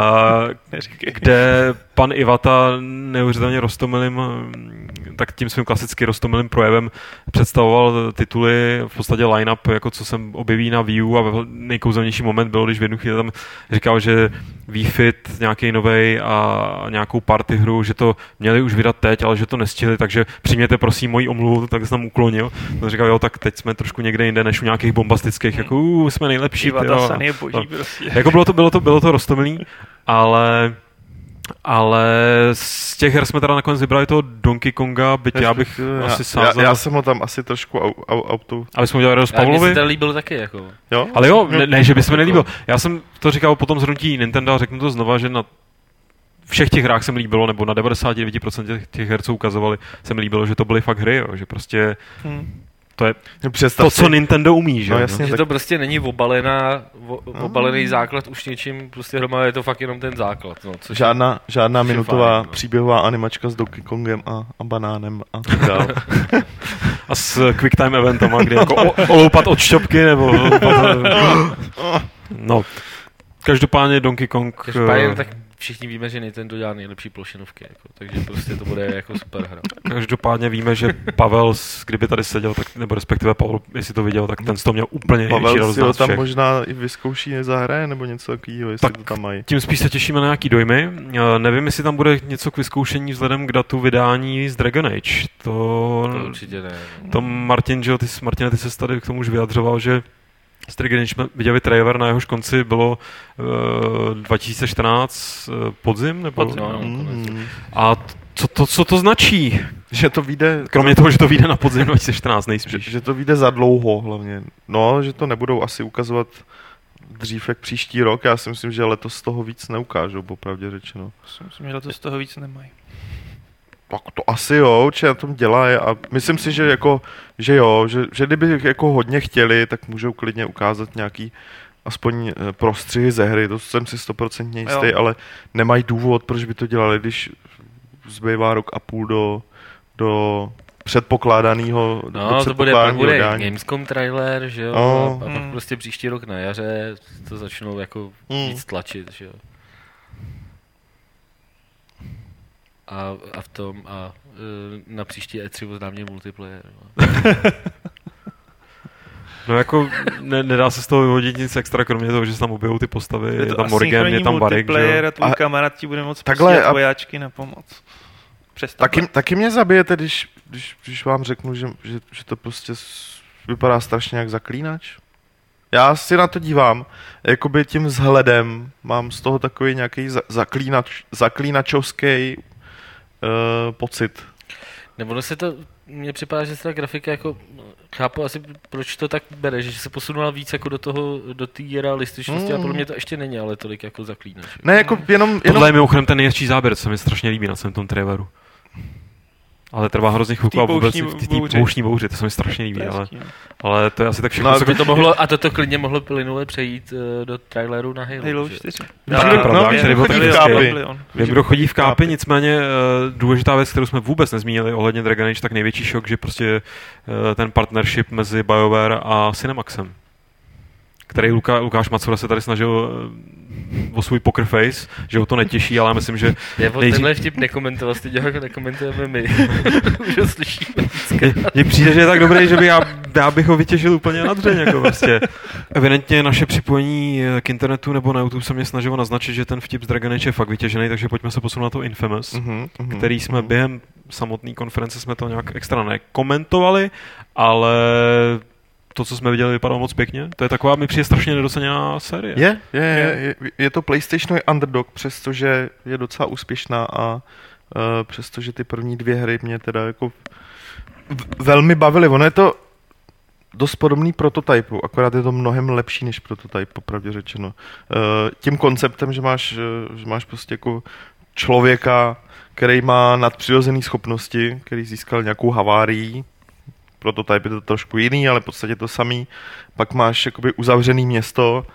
Kde pan Iwata neuvěřitelně roztomilým, tak tím svým klasicky roztomilým projevem představoval tituly, v podstatě line-up, jako co se objeví na Wii U, a nejkouzelnější moment bylo, když v jednu chvíli tam říkal, že Wii Fit nějaký novej a nějakou party hru, že to měli už vydat teď, ale že to nestihli, takže přijměte prosím moji omluvu, tak jsem tam uklonil. To říkal, jo, tak teď jsme trošku někde jinde než u nějakých bombastických, jako jsme nejlepší. Iwata je boží prostě. Jako bylo to roztomilý, ale z těch her jsme teda nakonec vybrali toho Donkey Konga, byť já bych asi sázel. Já jsem ho tam asi trošku autu. Aby jsme udělali radost Pavlovi. Mně se to líbil taky, jako. Jo? Ale jo, ne, že by se mi nelíbil. Já jsem to říkal po tom zhrnutí Nintendo a řeknu to znova, že na všech těch hrách se mi líbilo, nebo na 99% těch her, co ukazovali, se mi líbilo, že to byly fakt hry, jo, že prostě to je to, co Nintendo umí, že? No, jasně, že to prostě není obalený základ už něčím, prostě hromada je to fakt jenom ten základ. No, žádná minutová příběhová animačka s Donkey Kongem a banánem a tak dále. A s quicktime eventama, kdy jako oloupat od šťopky, nebo no. Každopádně Donkey Kong... tak všichni víme, že Nintendo dělá nejlepší plošinovky, jako, takže prostě to bude jako super hra. Každopádně víme, že Pavel, kdyby tady seděl, tak, nebo respektive Pavel, jestli to viděl, tak ten z toho měl úplně největší radost. Pavel si ho tam možná i vyzkouší, nezahraje, nebo něco takového, jestli tak to tam mají. Tím spíš se těšíme na nějaký dojmy. Nevím, jestli tam bude něco k vyzkoušení vzhledem k datu vydání z Dragon Age. To určitě ne. To Martine, ty se tady k tomu už vyjadřoval, že z Dragon Age jsme viděli trailer, na jehož konci bylo 2014 podzim, nebo? A co to značí? Že to vyjde... Kromě toho, že to vyjde na podzim 2014 nejspíš. Že to vyjde za dlouho hlavně. No, že to nebudou asi ukazovat dřív jak příští rok. Já si myslím, že letos toho víc neukážou, popravdě řečeno. Myslím, že letos toho víc nemají. Tak to asi jo, určitě na tom dělají a myslím si, že jako, že jo, že kdyby jako hodně chtěli, tak můžou klidně ukázat nějaký aspoň prostřihy ze hry, to jsem si 100% jistý, ale nemají důvod, proč by to dělali, když zbývá rok a půl do předpokládaného to bude Gamescom trailer, že jo, a pak prostě příští rok na jaře to začnou jako víc tlačit, že jo. A na příští E3 oznámí multiplayer. No jako nedá se z toho vyhodit nic extra, kromě toho, že se tam objevou ty postavy, je tam Morgan, je tam Barek, že jo. A tvůj kamarád ti bude moc posílat vojáčky na pomoc. Taky mě zabijete, když vám řeknu, že to prostě vypadá strašně jak Zaklínač. Já si na to dívám, jakoby tím vzhledem mám z toho takový nějaký zaklínačovský pocit. Nebo mně připadá, že ta grafika jako, chápu asi, proč to tak bere, že se posunula víc jako do té realističnosti a podle mě to ještě není, ale tolik jako Zaklínač. Ne, jako jenom... Tohle je mimochodem ten nejhezčí záběr, co se mi strašně líbí na celém tom traileru. Ale trvá hrozně chvilku a vůbec v té pouštní bouři, to se mi strašně líbí, ale to je asi tak všechno. No, a toto klidně mohlo plynule přejít do traileru na Halo 4. Taky pravda, který byl Vím, kdo chodí v kápi, nicméně důležitá věc, kterou jsme vůbec nezmínili ohledně Dragon Age, tak největší šok, že prostě ten partnership mezi BioWare a Cinemaxem, který Lukáš Macura se tady snažil o svůj poker face, že ho to netěší, ale já myslím, že... Tenhle vtip nekomentoval, stejně jako nekomentujeme my. Už ho slyšíme. Mně přijde, že je tak dobrý, že já bych ho vytěžil úplně na dřeň, jako prostě. Evidentně naše připojení k internetu nebo na YouTube se mě snažilo naznačit, že ten vtip z Dragon Age je fakt vytěžený, takže pojďme se posunout na to Infamous, který jsme během samotné konference jsme to nějak extra nekomentovali, ale to, co jsme viděli, vypadalo moc pěkně. To je taková, mi přijde strašně nedoceněná série. Je to PlayStationový underdog, přestože je docela úspěšná a přestože ty první 2 hry mě teda jako velmi bavily. Ono je to dost podobný prototypu, akorát je to mnohem lepší než prototyp, popravdě řečeno. Tím konceptem, že máš prostě jako člověka, který má nadpřirozené schopnosti, který získal nějakou havárii, prototyp je to trošku jiný, ale v podstatě to samý. Pak máš jakoby uzavřený město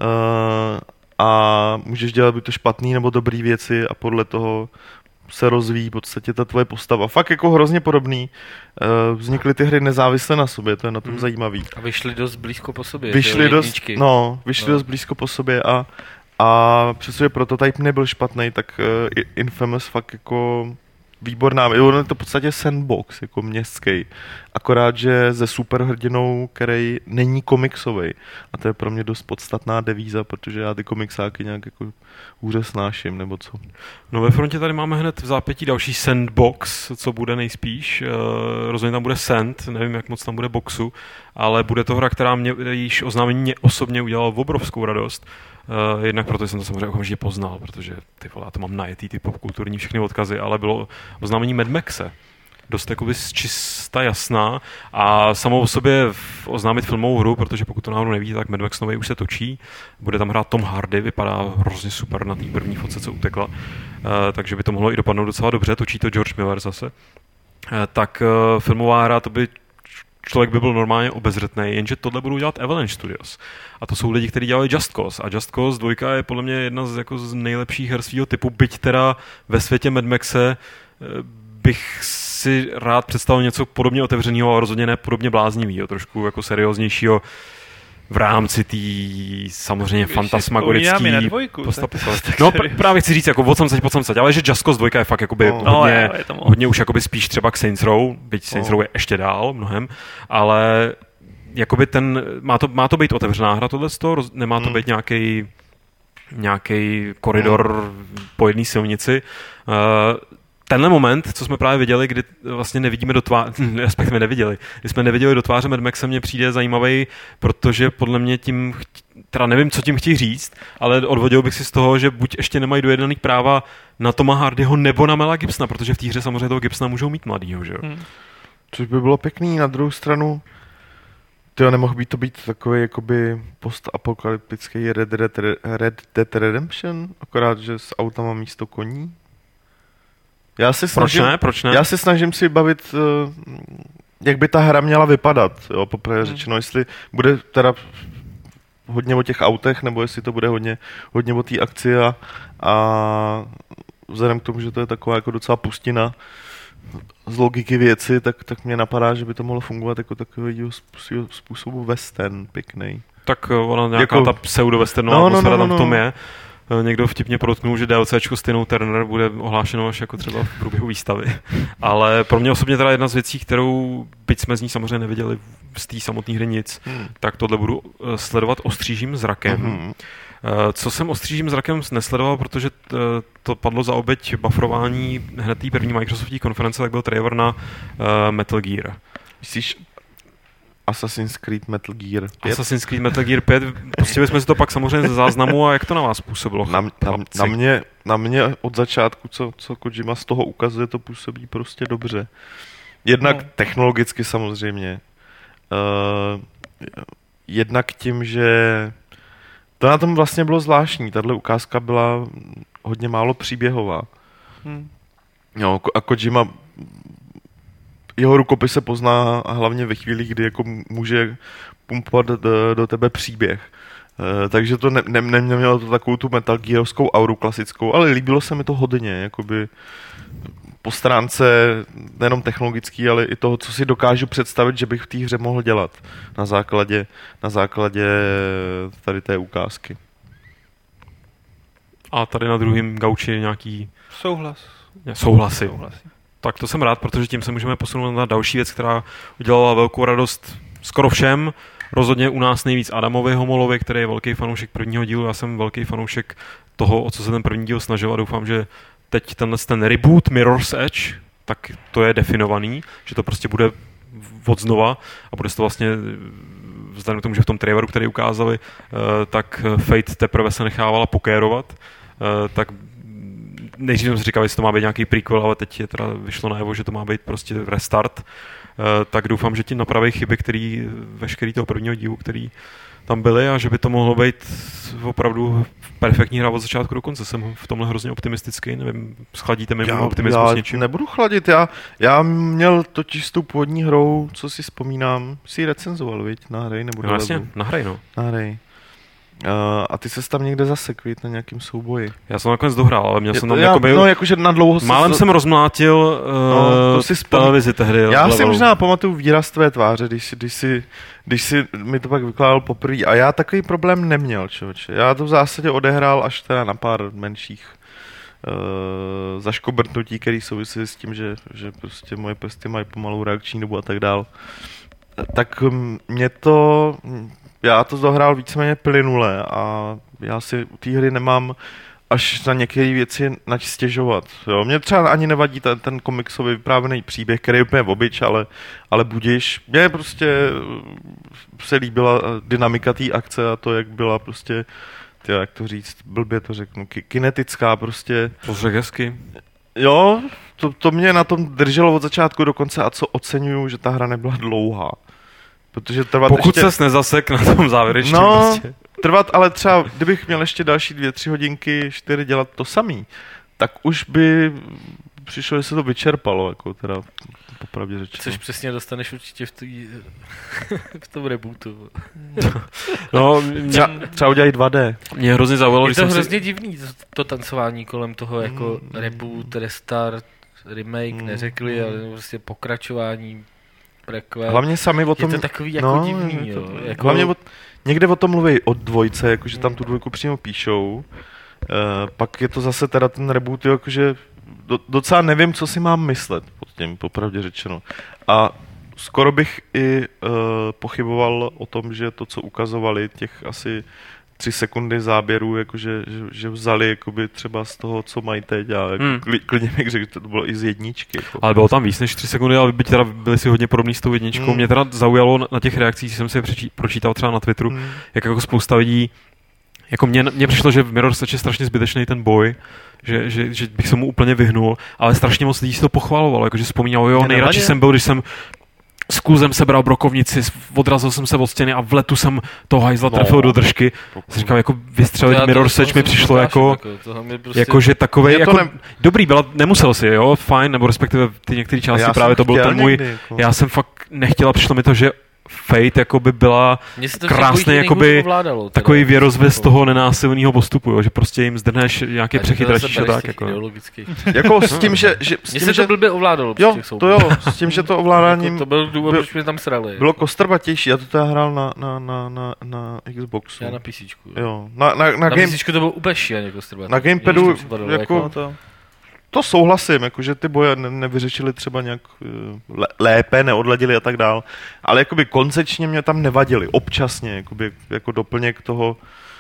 a můžeš dělat buď to špatný nebo dobrý věci a podle toho se rozvíjí v podstatě ta tvoje postava. Fakt jako hrozně podobný. Vznikly ty hry nezávisle na sobě, to je na tom zajímavý. A vyšly dost blízko po sobě. Vyšly dost blízko po sobě a přestože prototyp nebyl špatný, tak Infamous fakt jako výborná. Ono je to v podstatě sandbox, jako městský. Akorát, že ze superhrdinou, který není komiksový. A to je pro mě dost podstatná devíza, protože já ty komiksáky nějak jako hůře snáším, nebo co. No ve frontě tady máme hned v zápětí další sandbox, co bude nejspíš. Rozhodně tam bude sand, nevím, jak moc tam bude boxu, ale bude to hra, která mě již oznámení osobně udělala obrovskou radost. Jednak proto jsem to samozřejmě okamžitě poznal, protože ty vole, já to mám najetý, ty popkulturní všechny odkazy, ale bylo oznámení Mad Maxe. Dost jakoby čista jasná a samo o sobě oznámit filmovou hru, protože pokud to náhodou nevíte, tak Mad Max novej už se točí. Bude tam hrát Tom Hardy, vypadá hrozně super na té první fotce, co utekla. Takže by to mohlo i dopadnout docela dobře, točí to George Miller zase. Tak filmová hra, to by člověk by byl normálně obezřetný, jenže tohle budou dělat Avalanche Studios. A to jsou lidi, kteří dělali Just Cause. A Just Cause 2 je podle mě jedna z nejlepších her svýho typu, byť teda ve světě Mad Maxe bych si rád představil něco podobně otevřeného a rozhodně ne podobně bláznivého, trošku jako serióznějšího v rámci té samozřejmě fantasmagorický postavy. No právě chci říct, jako odsamceť, ale že Just Cause 2 je fakt jakoby hodně už jakoby spíš třeba k Saints Row, byť Saints Row je ještě dál mnohem, ale jakoby má to být otevřená hra tohleto, nemá to být nějaký koridor po jedné silnici. Tenhle moment, co jsme právě viděli, kdy vlastně nevidíme respektive neviděli, kdy jsme neviděli do tváře Mad Maxe, mně přijde zajímavý, protože podle mě tím, teda nevím, co tím chtějí říct, ale odvodil bych si z toho, že buď ještě nemají dojednaný práva na Toma Hardyho nebo na Mela Gibsona, protože v té hře samozřejmě toho Gibsona můžou mít mladýho, že jo? Což by bylo pěkný, na druhou stranu nemohl by to být takový jakoby postapokalyptický Red Dead Redemption, akorát, že s autama místo koní. Proč ne? Já se snažím si bavit, jak by ta hra měla vypadat, jo, poprvé řečeno, jestli bude teda hodně o těch autech, nebo jestli to bude hodně o té akci a vzhledem k tomu, že to je taková jako docela pustina z logiky věci, tak mě napadá, že by to mohlo fungovat jako takového způsobu western pěkný. Tak ona nějaká ta pseudo-westernová atmosféra tam v tom je. Někdo vtipně podotknul, že DLCčko s Tinou Turner bude ohlášeno až jako třeba v průběhu výstavy. Ale pro mě osobně teda jedna z věcí, kterou, byť jsme z ní samozřejmě neviděli z té samotné hry nic, tak tohle budu sledovat ostřížím zrakem. Co jsem ostřížím zrakem nesledoval, protože to padlo za oběť bufferování hned té první Microsoftní konference, tak byl trailer na Metal Gear. Myslíš Assassin's Creed Metal Gear 5? Assassin's Creed Metal Gear 5, pustili jsme si to pak samozřejmě ze záznamu a jak to na vás působilo? Na mě od začátku, co Kojima z toho ukazuje, to působí prostě dobře. Jednak technologicky samozřejmě. Jednak tím, že to na tom vlastně bylo zvláštní. Tahle ukázka byla hodně málo příběhová. Jo, a Kojima jeho rukopis se pozná a hlavně ve chvíli, kdy jako může pumpovat do tebe příběh. Takže to nemělo to takovou tu Metal Gearovskou auru klasickou, ale líbilo se mi to hodně, jakoby po stránce nejenom technologický, ale i toho, co si dokážu představit, že bych v té hře mohl dělat na základě tady té ukázky. A tady na druhém gauči nějaký Souhlasy. Tak to jsem rád, protože tím se můžeme posunout na další věc, která udělala velkou radost skoro všem. Rozhodně u nás nejvíc Adamovi Homolovi, který je velký fanoušek prvního dílu. Já jsem velký fanoušek toho, o co se ten první díl snažil a doufám, že teď ten reboot Mirror's Edge, tak to je definovaný, že to prostě bude od znova a bude to vlastně vzhledem k tomu, že v tom traileru, který ukázali, tak Fate teprve se nechávala pokérovat, tak nejdřív jsem si říkal, jestli to má být nějaký prequel, ale teď je teda vyšlo najevo, že to má být prostě restart, tak doufám, že ti napraví chyby, veškerý toho prvního dílu, který tam byly a že by to mohlo být opravdu perfektní hra od začátku do konce. Jsem v tomhle hrozně optimistický, nevím, schladíte mi optimismus s něčím? Nebudu chladit, já měl totiž s tou původní hrou, co si vzpomínám, si ji recenzoval, viď, na hry nebo no, jasně, na hry. A ty ses tam někde zasek, viď, na nějakým souboji. Já jsem nakonec dohrál, ale měl jsem tam jakože na dlouho... Málem jsem rozmlátil televizi tehdy. Já si možná pamatuju výraz tvé tváře, když si mi to pak vykládal poprvé. A já takový problém neměl, člověče. Já to v zásadě odehrál až teda na pár menších zaškobrtnutí, který souvisí s tím, že prostě moje prsty mají pomalou reakční dobu a tak dál. Tak já to dohrál víceméně plynule a já si u té hry nemám až na některé věci stěžovat. Jo. Mně třeba ani nevadí ten komiksový vyprávěný příběh, který je úplně obyč, ale budiš. Mně prostě se líbila dynamika té akce a to, jak byla prostě, jak to říct, blbě to řeknu, kinetická prostě. To řekl hezky. Jo, to mě na tom drželo od začátku do konce a co oceňuju, že ta hra nebyla dlouhá. Protože pokud ses nezasek na tom závěrečném prostě. Trvat, ale třeba, kdybych měl ještě další 2-3 hodinky, 4 dělat to samý, tak už by přišlo, že se to vyčerpalo, jako teda popravdě řečeno. Což přesně dostaneš určitě v tom rebootu. No, třeba udělají 2D. Mě hrozně zaujalo, je to hrozně divný, to tancování kolem toho, jako reboot, restart, remake, neřekli, ale prostě pokračování. Hlavně sami o tom... Je to takový jako divný, jo. Jako... Hlavně někde o tom mluví o dvojce, jakože tam tu dvojku přímo píšou. Pak je to zase teda ten reboot, jakože docela nevím, co si mám myslet pod tím, popravdě řečeno. A skoro bych i pochyboval o tom, že to, co ukazovali, těch asi 3 sekundy záběru, jakože, že vzali jakoby třeba z toho, co mají teď a jako klidně bych řekl, že to bylo i z jedničky. Jako. Ale bylo tam víc než 3 sekundy, ale byť teda byli si hodně podobný s tou jedničkou. Mě teda zaujalo na těch reakcích, jsem si pročítal třeba na Twitteru, jak jako spousta lidí, jako mně přišlo, že v Mirror's Edge je strašně zbytečný ten boj, že bych se mu úplně vyhnul, ale strašně moc lidí si to pochvalovalo, jakože vzpomínalo, jo, nejradši jsem byl, když jsem s kluzem sebral brokovnici, odrazil jsem se od stěny a v letu jsem toho hajzla trefil do držky. Říkal, jako vystřelit Mirror's Edge mi přišlo jako že takovej, jako dobrý byla, nemusel si, jo, fajn, nebo respektive ty některé části právě to byl ten můj, já jsem fakt nechtěl a přišlo mi to, že Fate jakoby byla krásný jakoby takový věrozvěst toho nenásilného postupu, jo, že prostě jim zdrhneš nějaký přechytračíš a tak. Jako s tím, že mně se to blbě ovládalo. Jo, to jo, s tím, že to ovládáním to byl důvod, proč mě tam srali. Bylo kostrbatější, já to teda hrál na Xboxu. Já na PCčku. Jo. Na PCčku to bylo úplně šíleně kostrbatější. Na gamepadu jako... To souhlasím, jakože ty boje nevyřešili třeba nějak lépe, neodladili a tak dál, ale jakoby koncepčně mě tam nevadili, občasně, jakoby, jako doplněk toho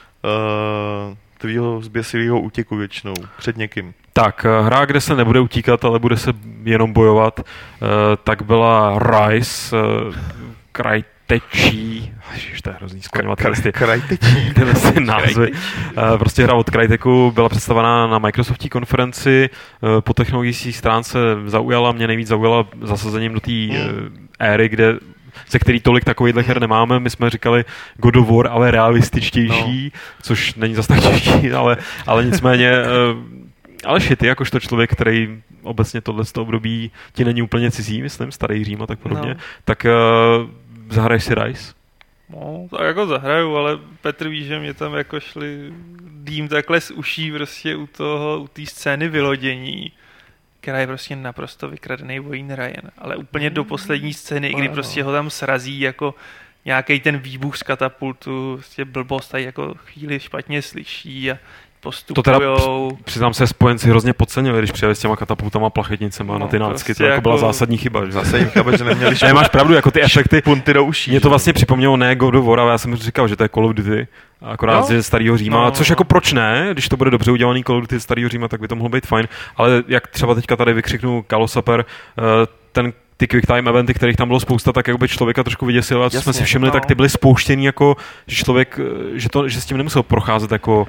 tvýho zběsilého útěku většinou před někým. Tak, hra, kde se nebude utíkat, ale bude se jenom bojovat, tak byla Rise, Crytekí, to je hrozný skloňovat tyhle názvy. Prostě hra od Cryteku byla představená na Microsoftí konferenci, po technologické stránce mě nejvíc zaujala zasazením do té éry, ze který tolik takovýchhle her nemáme. My jsme říkali God of War, ale realističtější, což není zase tak těžší, ale nicméně ale Shitty, jakožto člověk, který obecně tohle z toho období ti není úplně cizí, myslím, starý Řím a tak podobně, tak zahraješ si Rise? No, tak jako zahraju, ale Petr ví, že mě tam jako šli dým takhle z uší prostě u té scény vylodění, která je prostě naprosto vykradený Wayne Ryan, ale úplně do poslední scény, kdy prostě ho tam srazí jako nějaký ten výbuch z katapultu, prostě blbost tady jako chvíli špatně slyší a postupujou. To teda přiznám se, spojenci hrozně podcenili, když přijeli s těma katapultama a plachetnicema na ty nácky, prostě to jako byla zásadní chyba. Že? Zásadní chyba, že neměli máš pravdu, jako ty efekty. Punty do uší. Mě to vlastně připomnělo ne God of War, ale já jsem říkal, že to je Call of Duty, akorát ze starého Říma, což jako proč ne, když to bude dobře udělaný Call of Duty starého Říma, tak by to mohlo být fajn, ale jak třeba teďka tady vykřiknu Kalosaper, ty quick time eventy, kterých tam bylo spousta, tak jakoby člověka trošku vyděsilo, a co jsme si všimli, no. tak ty byly spouštěný jako, že člověk, že s tím nemusel procházet jako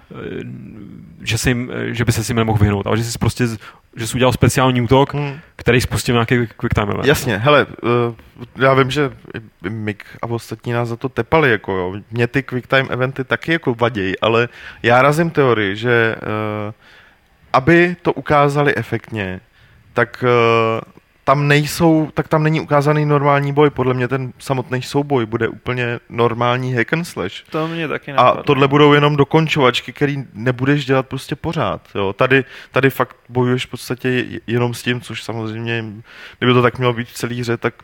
že by se si nemohl vyhnout, ale že jsi prostě že jsi udělal speciální útok, který spustil nějaký quick time event. Jasně, hele, já vím, že Mik a ostatní nás za to tepali, jako jo. Mě ty quick time eventy taky jako vadějí, ale já razím teorii, že aby to ukázali efektně, tak tam není ukázaný normální boj. Podle mě ten samotný souboj bude úplně normální hack and slash. To mě taky napadlo. A tohle budou jenom dokončovačky, který nebudeš dělat prostě pořád. Jo. Tady fakt bojuješ v podstatě jenom s tím, což samozřejmě, kdyby to tak mělo být v celé hře, tak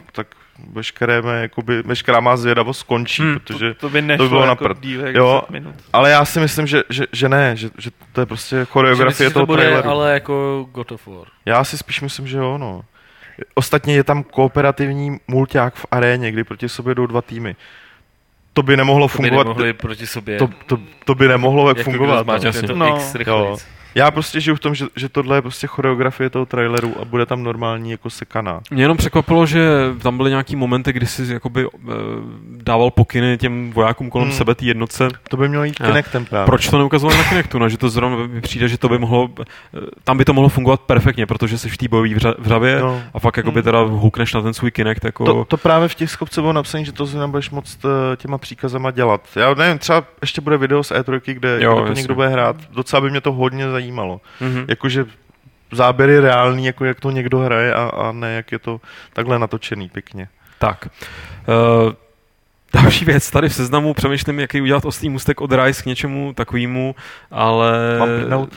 veškerá má zvědavost skončí, protože to by nešlo to bylo jako díl jak 10 minut. Ale já si myslím, že ne, že to je prostě choreografie toho traileru. Ale jako God of War. Já si spíš myslím, že jo, no. Ostatně je tam kooperativní mulťák v aréně, kdy proti sobě jdou 2 týmy. To by nemohlo fungovat. Proti sobě. To by nemohlo jako fungovat. No. Já prostě žiju v tom, že tohle je prostě choreografie toho traileru a bude tam normální jako sekaná. Mě jenom překvapilo, že tam byly nějaký momenty, kdy si jakoby dával pokyny těm vojákům kolem sebe, té jednotce. To by mělo jít Kinectem právě. Proč to neukazovali na Kinectu? No, že to zrovna mi přijde, že to by mohlo, tam by to mohlo fungovat perfektně, protože jsi v té bojové vřavě a fakt jakoby teda houkneš na ten svůj Kinect. Jako... To právě v těch skopce bylo napsané, že to si nebudeš moc těma příkazama dělat. Já nevím, třeba ještě bude video z E3, kde to někdo bude hrát. Docela by mě to hodně zajímalo. Jakože záběry reální, jako jak to někdo hraje a ne jak je to takhle natočený pěkně. Tak. Další věc, tady v seznamu přemýšlím, jaký udělat oslý můstek od Rise k něčemu takovému, ale... Mám pětnout?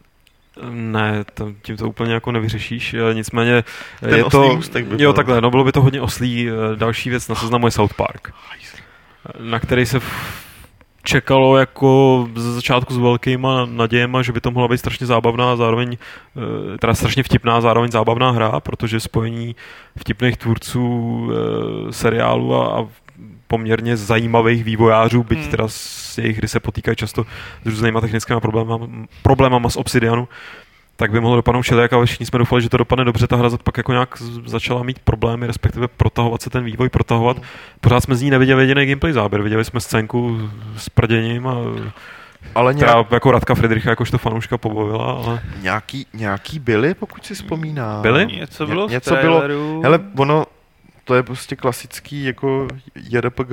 Ne, tím to úplně jako nevyřešíš, nicméně ten je to... Můstek by jo, takhle, no bylo by to hodně oslý. Další věc na seznamu je South Park, na který se čekalo jako ze začátku s velkýma nadějema, že by to mohla být strašně zábavná, zároveň teda strašně vtipná, zároveň zábavná hra, protože spojení vtipných tvůrců seriálu a poměrně zajímavých vývojářů, byť teda z jejich hry se potýkají často s různýma technickými problémama z Obsidianu, tak by mohlo dopadnout všelijak, ale všichni jsme doufali, že to dopadne dobře. Ta hra pak jako nějak začala mít problémy, respektive protahovat se ten vývoj, protahovat. Pořád jsme z ní neviděli jediný gameplay záběr. Viděli jsme scénku s prděním a ale jako Radka Friedricha jakožto fanouška pobavila, ale... Nějaký byly, pokud si vzpomínám. Byly? Něco bylo v něco bylo. Hele, ono, to je prostě klasický jako JRPG.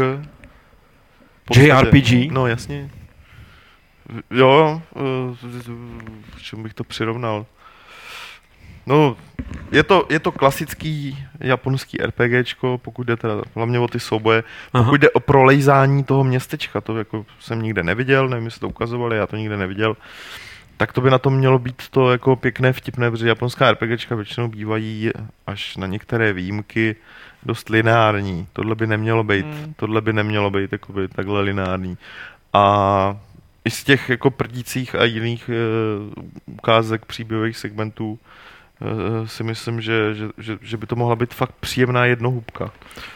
JRPG? No, jasně. Jo, v čem bych to přirovnal? No, je to klasický japonský RPGčko, pokud jde teda hlavně o ty souboje, pokud jde o prolejzání toho městečka, to jako jsem nikde neviděl, nevím, jestli to ukazovali, já to nikde neviděl, tak to by na tom mělo být to jako pěkné, vtipné, protože japonská RPGčka většinou bývají až na některé výjimky dost lineární. Tohle by nemělo být jakoby takhle lineární. A i z těch jako prdících a jiných ukázek příběhových segmentů si myslím, že by to mohla být fakt příjemná jednohubka.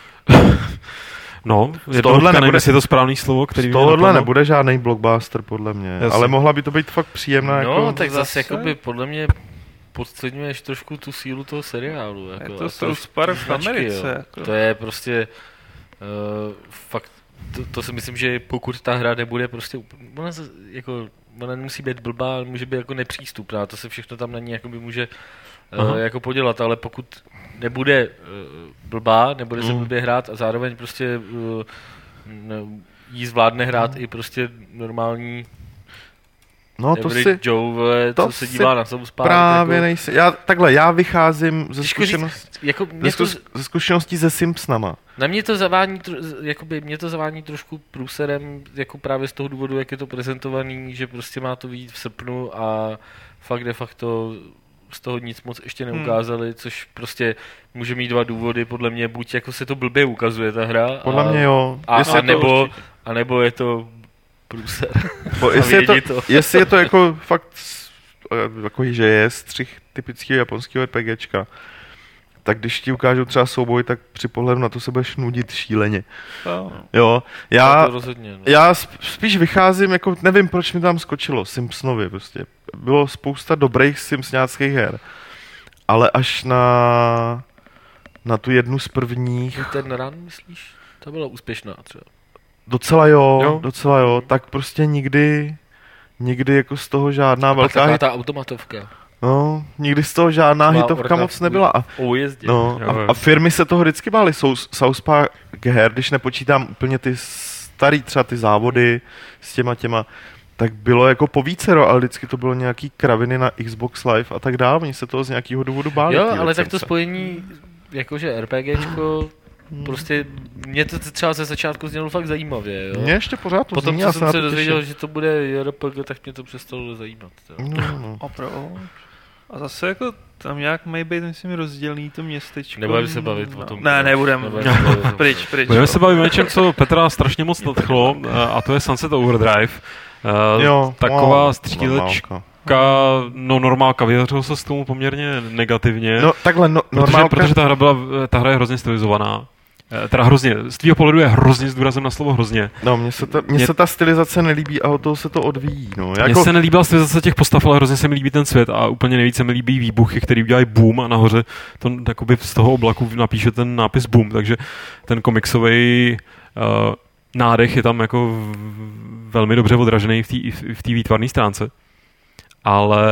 No, jednohubka, nevím, jestli je to správný slovo, který... Z tohohle nebude žádný blockbuster, podle mě. Jasně. Ale mohla by to být fakt příjemná. No, jako... tak zase jakoby podle mě podceňuješ trošku tu sílu toho seriálu. Jako, je to South Park v Americe. Jako. To je prostě fakt, to si myslím, že pokud ta hra nebude prostě ona nemusí být blbá, ale může být jako nepřístupná, to se všechno tam na ní jakoby může jako podělat, ale pokud nebude blbá, nebude se blbě hrát a zároveň prostě jí zvládne hrát i prostě normální Joe, co se dívá na South Park. Právě jako... nejsi. Já vycházím ze zkušeností se Simpsonama. Na mě to zavání trošku průserem, jako právě z toho důvodu, jak je to prezentovaný, že prostě má to vyjít v srpnu a fakt de facto z toho nic moc ještě neukázali, což prostě může mít 2 důvody, podle mě, buď jako se to blbě ukazuje ta hra, podle mě jo. A nebo je to průser. Jestli je to jako fakt jako, že je střih typického japonského RPGčka, tak když ti ukážou třeba souboj, tak při pohledu na to se budeš nudit šíleně. Jo, já spíš vycházím, jako nevím, proč mi tam skočilo, Simpsonovi prostě. Bylo spousta dobrých simpsňáckých her, ale až na na tu jednu z prvních. Ten Run, myslíš? Ta byla úspěšná třeba. Docela jo, tak prostě nikdy jako z toho žádná velká taková ta automatovka. No, nikdy z toho žádná hitovka moc nebyla. A firmy se toho vždycky bály. South Park her, když nepočítám úplně ty starý třeba ty závody s těma, tak bylo jako po vícero, ale vždycky to bylo nějaký kraviny na Xbox Live a tak dále. Oni se toho z nějakého důvodu báli. Jo, ale tak to spojení, jakože RPGčko, prostě mě to třeba ze začátku znělo fakt zajímavě, jo. Mě ještě pořád to potom, zní, co jsem se dozvěděl, že to bude RPG, tak mě to přestalo zajímat. No. A proč? A zase jako tam nějak mají být, myslím, rozdělený to městečko. Nebudeme se bavit o tom. Ne, nebudeme. Pryč. Budeme se bavit o něčem, co Petra strašně moc nadchlo, a to je Sunset Overdrive. Taková střílečka. Normálka, vyjadřil se s tomu poměrně negativně. No takhle, normálka. Protože ta hra je hrozně stylizovaná. Teda hrozně, z tvýho pohledu je hrozně s důrazem na slovo hrozně. No, mně se ta stylizace nelíbí a od toho se to odvíjí. No. Mně se nelíbila stylizace těch postav, ale hrozně se mi líbí ten svět a úplně nejvíce se mi líbí výbuchy, který udělají boom a nahoře to, takoby z toho oblaku napíše ten nápis boom, takže ten komiksový nádech je tam jako velmi dobře odražený v té výtvarné stránce. Ale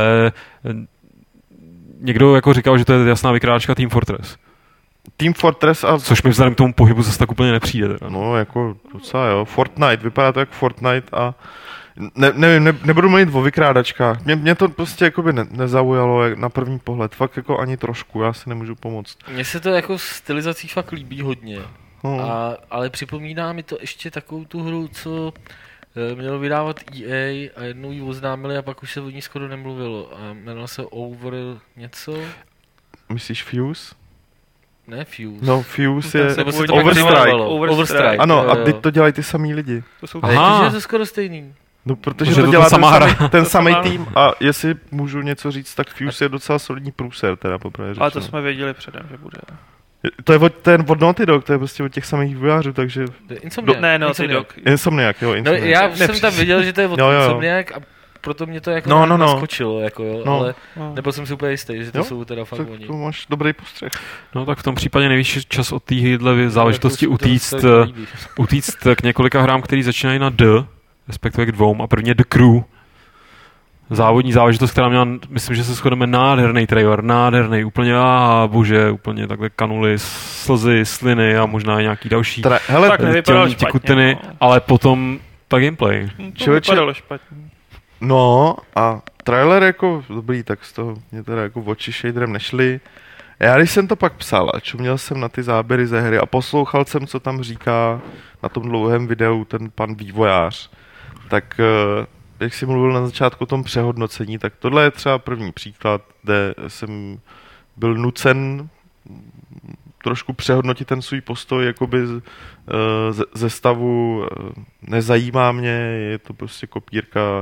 někdo jako říkal, že to je jasná vykrádačka Team Fortress. Team Fortress a... Což mi vzhledem k tomu pohybu zase tak úplně nepřijde. Teda. No, jako docela jo. Fortnite, vypadá to jako Fortnite a... Nevím, nebudu mluvit o vykrádačkách. Mě to prostě jakoby nezaujalo na první pohled. Fakt jako ani trošku, já si nemůžu pomoct. Mně se to jako stylizací fakt líbí hodně. Ale připomíná mi to ještě takovou tu hru, co mělo vydávat EA a jednou ji oznámili a pak už se o ní skoro nemluvilo. A jmenovala se Over něco? Myslíš Fuse? Ne Fuse. No, Fuse je Overstrike. Ano, a teď to dělají ty samý lidi. Takže je to skoro stejný. No, protože to dělá ten samý tým a jestli můžu něco říct, tak Fuse je docela solidní průser, teda poprvé řečeno. Ale to jsme věděli předem, že bude. To je od Naughty Dog, to je prostě od těch samých vývojářů, takže... Insomniac, jo. No, já jsem tam viděl, že to je od Insomniac a proto mě to jako naskočilo, jako jo, ale nebyl jsem si úplně jistý, že to jsou teda fakt oni. To máš dobrý postřeh. No tak v tom případě nejvyšší čas od téhle záležitosti utíct k několika hrám, které začínají na D, respektive k dvou, a první je The Crew. Závodní záležitost, která měla, myslím, že se shodneme, nádherný trailer, nádherný, úplně, bože, úplně takhle kanuly, slzy, sliny a možná i nějaký další tak nevypadalo špatně, ale potom ta gameplay. To vypadalo špatně. No a trailer jako dobrý, tak z toho mě teda jako oči shaderem nešly. Já když jsem to pak psal a čuměl jsem na ty záběry ze hry a poslouchal jsem, co tam říká na tom dlouhém videu ten pan vývojář, tak jak jsi mluvil na začátku o tom přehodnocení, tak tohle je třeba první příklad, kde jsem byl nucen trošku přehodnotit ten svůj postoj jakoby ze stavu nezajímá mě, je to prostě kopírka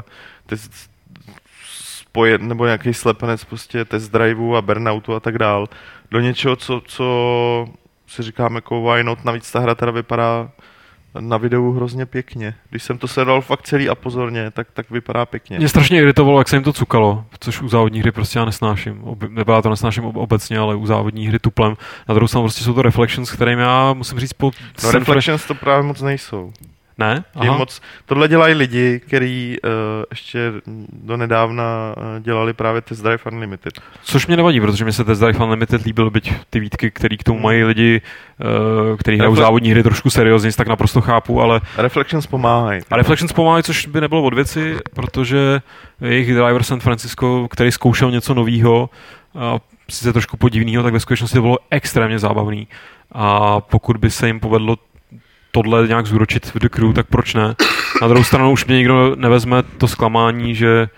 nebo nějaký slepenec prostě test driveu a burnoutu a tak dál, do něčeho, co si říkám jako why not, navíc ta hra teda vypadá na videu hrozně pěkně. Když jsem to sledoval fakt celý a pozorně, tak vypadá pěkně. Mě strašně iritovalo, jak se jim to cukalo, což u závodní hry prostě já nesnáším. Nebo já to nesnáším obecně, ale u závodní hry tuplem. Na druhou stranu prostě jsou to Reflections, kterým já musím říct Reflections to právě moc nejsou. Ne? Tohle dělají lidi, kteří ještě do nedávna dělali právě Test Drive Unlimited. Což mě nevadí, protože mi se Test Drive Unlimited líbil, byť ty výtky, který k tomu mají lidi, kteří hrajou závodní hry trošku seriózně, tak naprosto chápu, ale... Reflections pomáhají. A Reflections pomáhají, což by nebylo od věci, protože jejich driver San Francisco, který zkoušel něco novýho, sice trošku podivného, tak ve skutečnosti to bylo extrémně zábavný. A pokud by se jim povedlo tohle nějak zúročit v The Crew, tak proč ne? Na druhou stranu už mě nikdo nevezme to zklamání, že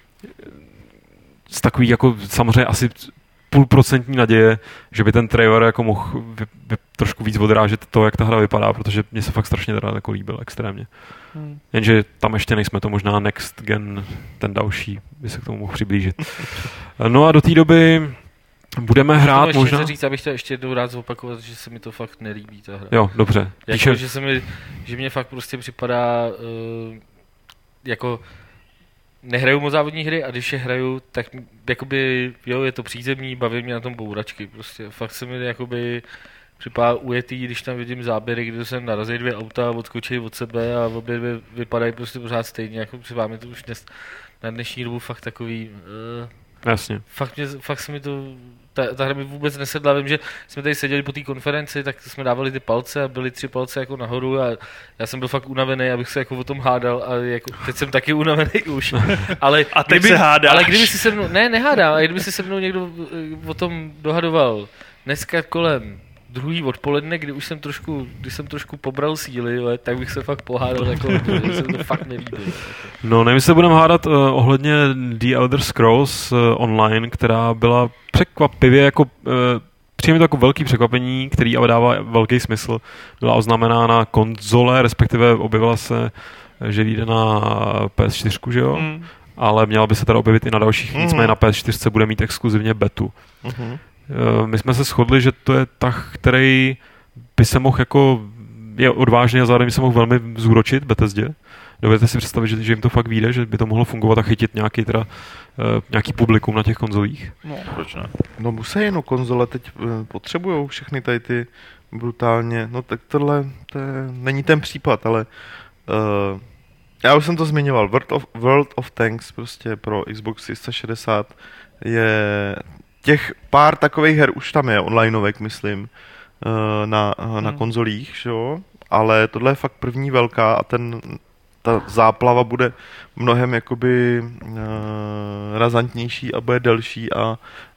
z takový jako samozřejmě asi 0,5% naděje, že by ten trailer jako mohl trošku víc odrážet to, jak ta hra vypadá, protože mě se fakt strašně teda jako líbil extrémně. Jenže tam ještě nejsme, to možná Next Gen, ten další, by se k tomu mohl přiblížit. No a do té doby budeme hrát možná... Ještě říct, abych to ještě jednou rád zopakovat, že se mi to fakt nelíbí, ta hra. Jo, dobře. Jako, že mě fakt prostě připadá jako nehraju moc závodní hry a když je hraju, tak jakoby, jo, je to přízemní, baví mě na tom bouračky, prostě fakt se mi jakoby připadá ujetý, když tam vidím záběry, kdy se narazí 2 auta, odskočí od sebe a obě dvě vypadají prostě pořád stejně, jako připadá mi to už na dnešní dobu fakt takový... Jasně. Fakt se mi to... Ta hra mi vůbec nesedla, vím, že jsme tady seděli po té konferenci, tak jsme dávali ty palce a byly 3 palce jako nahoru a já jsem byl fakt unavený, abych se jako o tom hádal a jako, teď jsem taky unavený už. Ale a teď se hádáš. Ale kdyby si se mnou... nehádám, ale kdyby si se mnou někdo o tom dohadoval dneska kolem 2. odpoledne, když jsem trošku pobral síly, tak bych se fakt pohádal, jako, že se to fakt nelíbí. No, nevím, se budeme hádat ohledně The Elder Scrolls Online, která byla překvapivě jako přijde mi to jako velký překvapení, který ale dává velký smysl. Byla oznámená na konzole, respektive objevila se, že vyjde na PS4, že jo? Ale měla by se teda objevit i na dalších, nicméně na PS4 bude mít exkluzivně betu. My jsme se shodli, že to je tah, který by se mohl jako, je odvážný a zároveň by se mohl velmi zúročit Bethesdě. Dovedete si představit, že jim to fakt vyjde, že by to mohlo fungovat a chytit nějaký publikum na těch konzolích? No, proč ne? No musí, konzole teď potřebujou všechny tady ty brutálně, no tak tohle není ten případ, ale já už jsem to zmiňoval, World of Tanks prostě pro Xbox 360 je těch pár takových her už tam je, onlineovek, myslím, na konzolích, jo? Ale tohle je fakt první velká a ta záplava bude mnohem jakoby razantnější a bude delší a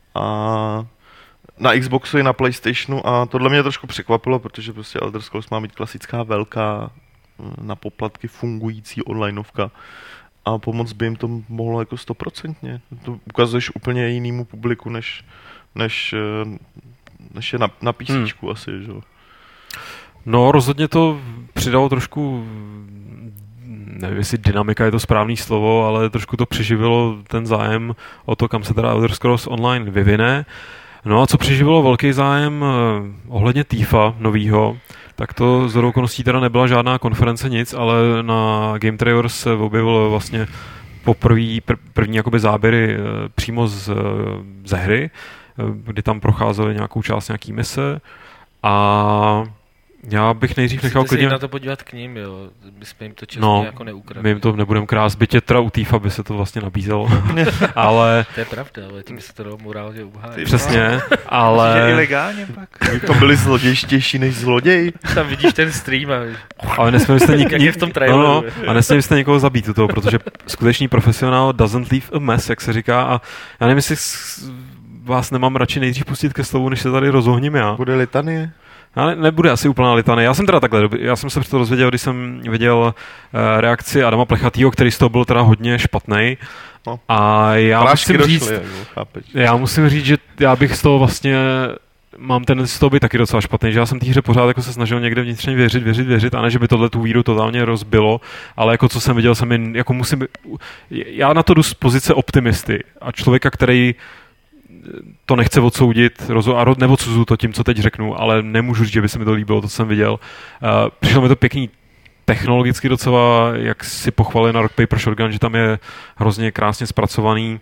na Xboxu i na PlayStationu a tohle mě trošku překvapilo, protože prostě Elder Scrolls má být klasická velká na poplatky fungující onlineovka a pomoct by jim to mohlo jako 100%. To ukazuješ úplně jinému publiku, než je na PCčku asi, že? No, rozhodně to přidalo trošku, nevím, jestli dynamika je to správný slovo, ale trošku to přiživilo ten zájem o to, kam se teda Elder Scrolls Online vyvine. No a co přiživilo velký zájem ohledně Thiefa novýho, tak to z okolností teda nebyla žádná konference nic, ale na Game Trailers se objevil vlastně první jakoby záběry přímo ze hry, kdy tam procházely nějakou část nějaký mise a já bych nejdřív nechal klidně... na to podívat k ním, jo. My jsme jim to čestně jako neukradli. My jim to nebudeme krást, byť je teda u Thiefa by se to vlastně nabízelo. Ale... To je pravda, ale tím by se to dalo morálně obhájit. Přesně, ale... Je ilegálně pak. To byli zlodějštější než zloděj. Tam vidíš ten stream a... Ale nesměli jste v tom traileru. A nesměli jste někoho zabít u toho, protože skutečný profesionál doesn't leave a mess, jak se říká. A já nevím, jestli vás nemám radši nejdřív pustit ke slovu, než se tady rozohním já. Bude litanie? Nebude asi úplná litany. Já jsem se to dozvěděl, když jsem viděl reakci Adama Plechatýho, který z toho byl teda hodně špatnej. No. A já musím říct, že já bych z toho vlastně mám ten z toho být taky docela špatný, že já jsem té hře pořád jako se snažil někde vnitřně věřit a ne, že by tohle tu víru totálně rozbilo, ale jako co jsem viděl, jako já na to jdu z pozice optimisty a člověka, který to nechce odsoudit a neodsuzuju to tím, co teď řeknu, ale nemůžu říct, že by se mi to líbilo, to, co jsem viděl. Přišlo mi to pěkný technologicky docela, jak si pochválili na Rock Paper Shotgun, že tam je hrozně krásně zpracovaný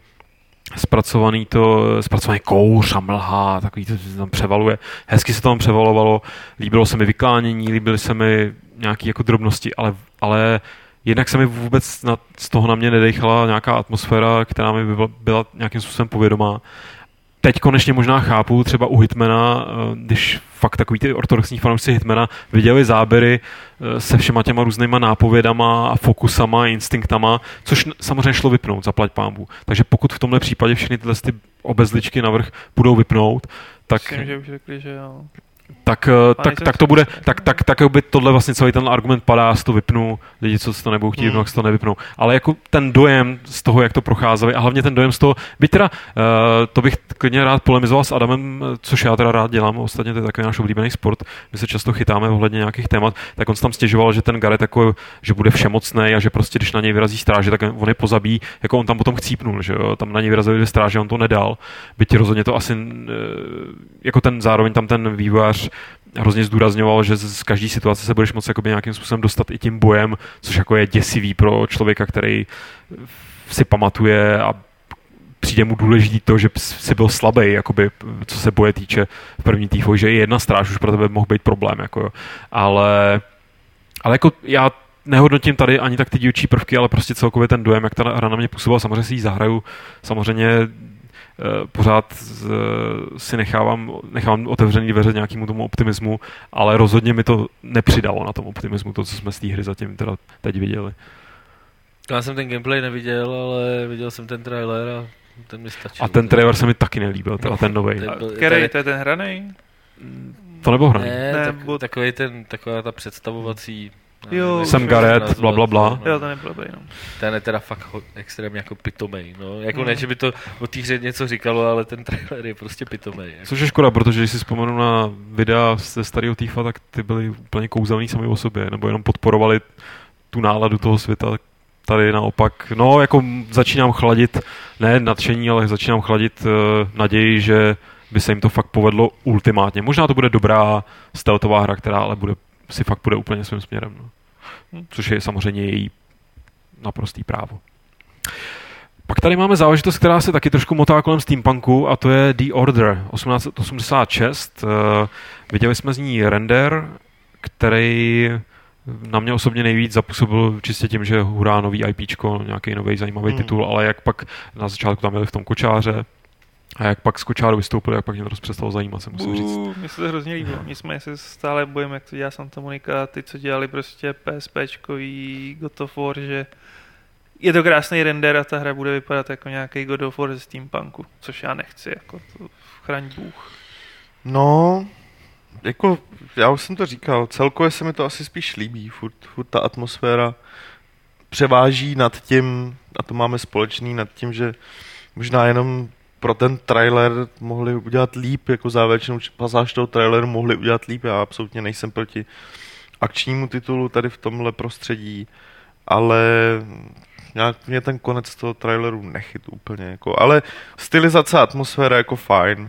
kouř a mlha, takový to tam převaluje. Hezky se to tam převalovalo, líbilo se mi vyklánění, líbily se mi nějaké jako drobnosti, ale jednak se mi vůbec z toho na mě nedechala nějaká atmosféra, která mi byla nějakým způsobem povědomá. Teď konečně možná chápu, třeba u Hitmana, když fakt takový ty ortodoxní fanoušci Hitmana viděli záběry se všema těma různýma nápovědama a fokusama, instinktama, což samozřejmě šlo vypnout, zaplať pánbůh. Takže pokud v tomhle případě všechny tyhle ty obezličky navrch budou vypnout, tak... Myslím, že už řekli, že jo. Tak to bude, tak by tohle vlastně celý ten argument padá, já si to vypnu, lidi, co si to nebudou chtít, tak si to nevypnou. Ale jako ten dojem z toho, jak to procházeli a hlavně ten dojem z toho, byť teda, to bych klidně rád polemizoval s Adamem, což já teda rád dělám, ostatně to je takový náš oblíbený sport, my se často chytáme ohledně nějakých témat, tak on se tam stěžoval, že ten Gareth jako, že bude všemocný a že prostě, když na něj vyrazí stráže, tak on je pozabí, jako on tam potom chcípnul, že jo, tam na něj vyrazili 2 stráže, on to nedal, byť rozhodně to asi, jako ten zároveň tam ten vývojář hrozně zdůrazňoval, že z každé situace se budeš moct jakoby nějakým způsobem dostat i tím bojem, což jako je děsivý pro člověka, který si pamatuje a přijde mu důležitý to, že si byl slabý, jakoby, co se boje týče v první týfoj, že i jedna stráž už pro tebe mohl být problém. Jako, ale jako já nehodnotím tady ani tak ty dílčí prvky, ale prostě celkově ten dojem, jak ta hra na mě působila, samozřejmě si ji zahraju, samozřejmě pořád si nechávám otevřený dveře nějakému tomu optimismu, ale rozhodně mi to nepřidalo na tom optimismu, to, co jsme z té hry zatím teda teď viděli. Já jsem ten gameplay neviděl, ale viděl jsem ten trailer a ten mi stačil. A ten trailer se mi taky nelíbil, teda ten novej. Který, to je ten hranej? To nebyl hraný. Ne, taková ta představovací. Jo, Sam Garrett, blablabla. Jo, to nebylo by jenom. Ten je teda fakt extrémně jako pitomej, no. Jako ne, že by to o té hře něco říkalo, ale ten trailer je prostě pitomej. Jako. Což je škoda, protože když si vzpomenu na videa ze starého Tifa, tak ty byly úplně kouzelný sami o sobě, nebo jenom podporovali tu náladu toho světa. Tady naopak, no jako začínám chladit, ne nadšení, ale začínám chladit naději, že by se jim to fakt povedlo ultimátně. Možná to bude dobrá stealthová hra, která ale si fakt půjde úplně svým směrem. No. Což je samozřejmě její naprostý právo. Pak tady máme záležitost, která se taky trošku motá kolem steampunku, a to je The Order 1886. Viděli jsme z ní render, který na mě osobně nejvíc zapůsobil čistě tím, že hurá nový IPčko, nějaký nový zajímavý titul, ale jak pak na začátku tam byli v tom kočáře, a jak pak z kočáru vystoupili, jak pak mě to přestalo zajímat, se musím říct. Mně se to hrozně líbilo. Nicméně se stále bojím, jak to dělá Santa Monica, ty, co dělali prostě PSPčkový God of War, že je to krásný render a ta hra bude vypadat jako nějaký God of War ze steampunku, což já nechci, jako to chraň Bůh. No, jako já už jsem to říkal, celkově se mi to asi spíš líbí, furt ta atmosféra převáží nad tím, a to máme společný, nad tím, že možná jenom pro ten trailer mohli udělat líp, jako závěrečnou pasáž toho traileru mohli udělat líp, já absolutně nejsem proti akčnímu titulu tady v tomhle prostředí, ale nějak mě ten konec toho traileru nechyt úplně, jako, ale stylizace a atmosféra jako fajn.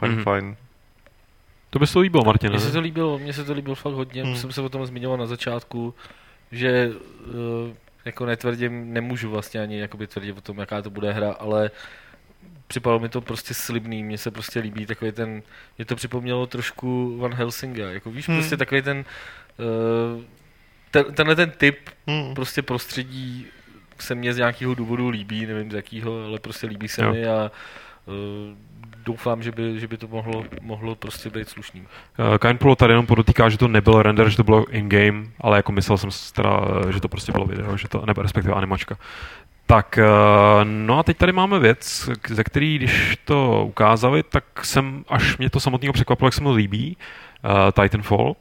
To by se líbilo, Martin. Mně se to líbilo fakt hodně, jsem se o tom zmiňoval na začátku, že jako netvrdím, nemůžu vlastně ani jakoby tvrdit o tom, jaká to bude hra, ale připadalo mi to prostě slibný, mně se prostě líbí takový ten, mě to připomnělo trošku Van Helsinga, jako víš, prostě takový ten, tenhle ten typ prostě prostředí se mně z nějakého důvodu líbí, nevím z jakého, ale prostě líbí se mi a doufám, že by to mohlo prostě být slušný. Kindpool tady jenom podotýká, že to nebyl render, že to bylo in-game, ale jako myslel jsem teda, že to prostě bylo video, že to, nebo respektive animačka. Tak, no a teď tady máme věc, ze který, když to ukázali, tak až mě to samotného překvapilo, jak se mi to líbí, Titanfall.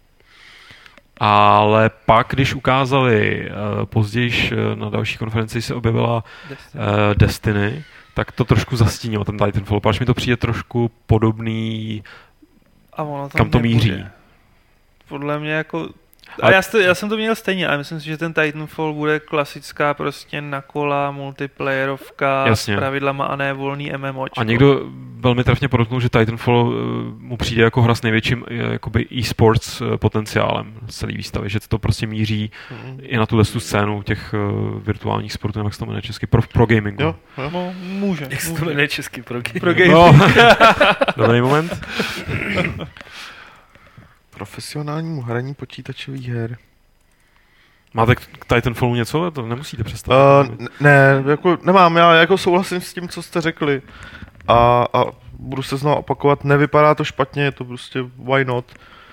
Ale pak, když ukázali později na další konferenci se objevila Destiny, tak to trošku zastínilo ten Titanfall, protože mi to přijde trošku podobný, a ono kam to míří. Podle mě jako... Já jsem to měl stejně, ale myslím si, že ten Titanfall bude klasická prostě na kola, multiplayerovka s pravidlama a ne volný MMOčko. A někdo velmi trefně podotknul, že Titanfall mu přijde jako hra s největším jakoby e-sports potenciálem celý výstavy, že to prostě míří i na tuhle scénu těch virtuálních sportů, jak se to jmenuje česky, pro gamingu. Jo. No, může. Jak se to jmenuje česky, pro gaming. No. Dobrý moment. Profesionálnímu hraní počítačových her. Máte k Titanfallu něco? To nemusíte přestat. Ne, jako nemám. Já jako souhlasím s tím, co jste řekli. A budu se znovu opakovat. Nevypadá to špatně, je to prostě why not.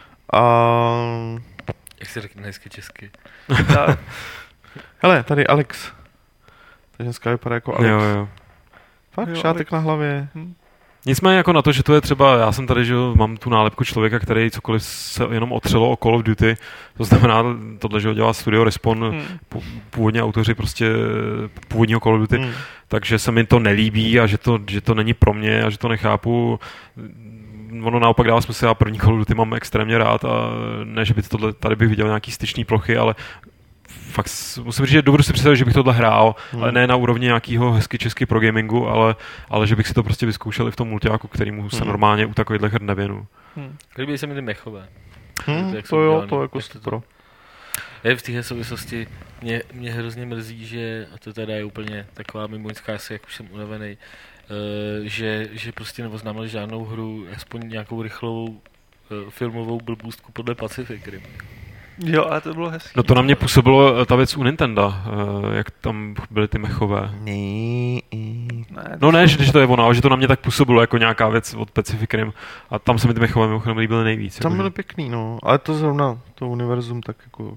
Jak se řekne hezky česky? Hele, tady Alex. Ta ženská vypadá jako Alex. Jo. Fakt, šátek na hlavě. Nicméně jako na to, že to je třeba, já jsem tady, že mám tu nálepku člověka, který cokoliv se jenom otřelo o Call of Duty, to znamená tohle, že ho dělá Studio Respawn, původně autoři prostě původního Call of Duty, takže se mi to nelíbí a že to není pro mě a že to nechápu. Ono naopak dává smysl, já první Call of Duty mám extrémně rád a ne, že by tady bych viděl nějaký styčný plochy, ale fakt musím říct, že dobře si představit, že bych tohle hrál, ale ne na úrovni nějakého hezky česky pro gamingu, ale že bych si to prostě vyzkoušel i v tom multiáku, kterýmu se normálně u takovýchhle her nevěnu. Líbí se mi ty mechové. To jo, to jako super. V téhle souvislosti mě hrozně mrzí, že, a to teda je úplně taková mimoňská asi, jak už jsem unavený, že prostě neoznámili žádnou hru, aspoň nějakou rychlou filmovou blbůstku podle Pacific Rim. Jo, ale to bylo hezký. No to na mě působilo ta věc u Nintendo, jak tam byly ty mechové. No ne, že to je ono, ale že to na mě tak působilo jako nějaká věc od Pacific Rim a tam se mi ty mechové mimochodem líbily nejvíc. Tam jako, byly pěkný, no, ale to zrovna, to univerzum tak jako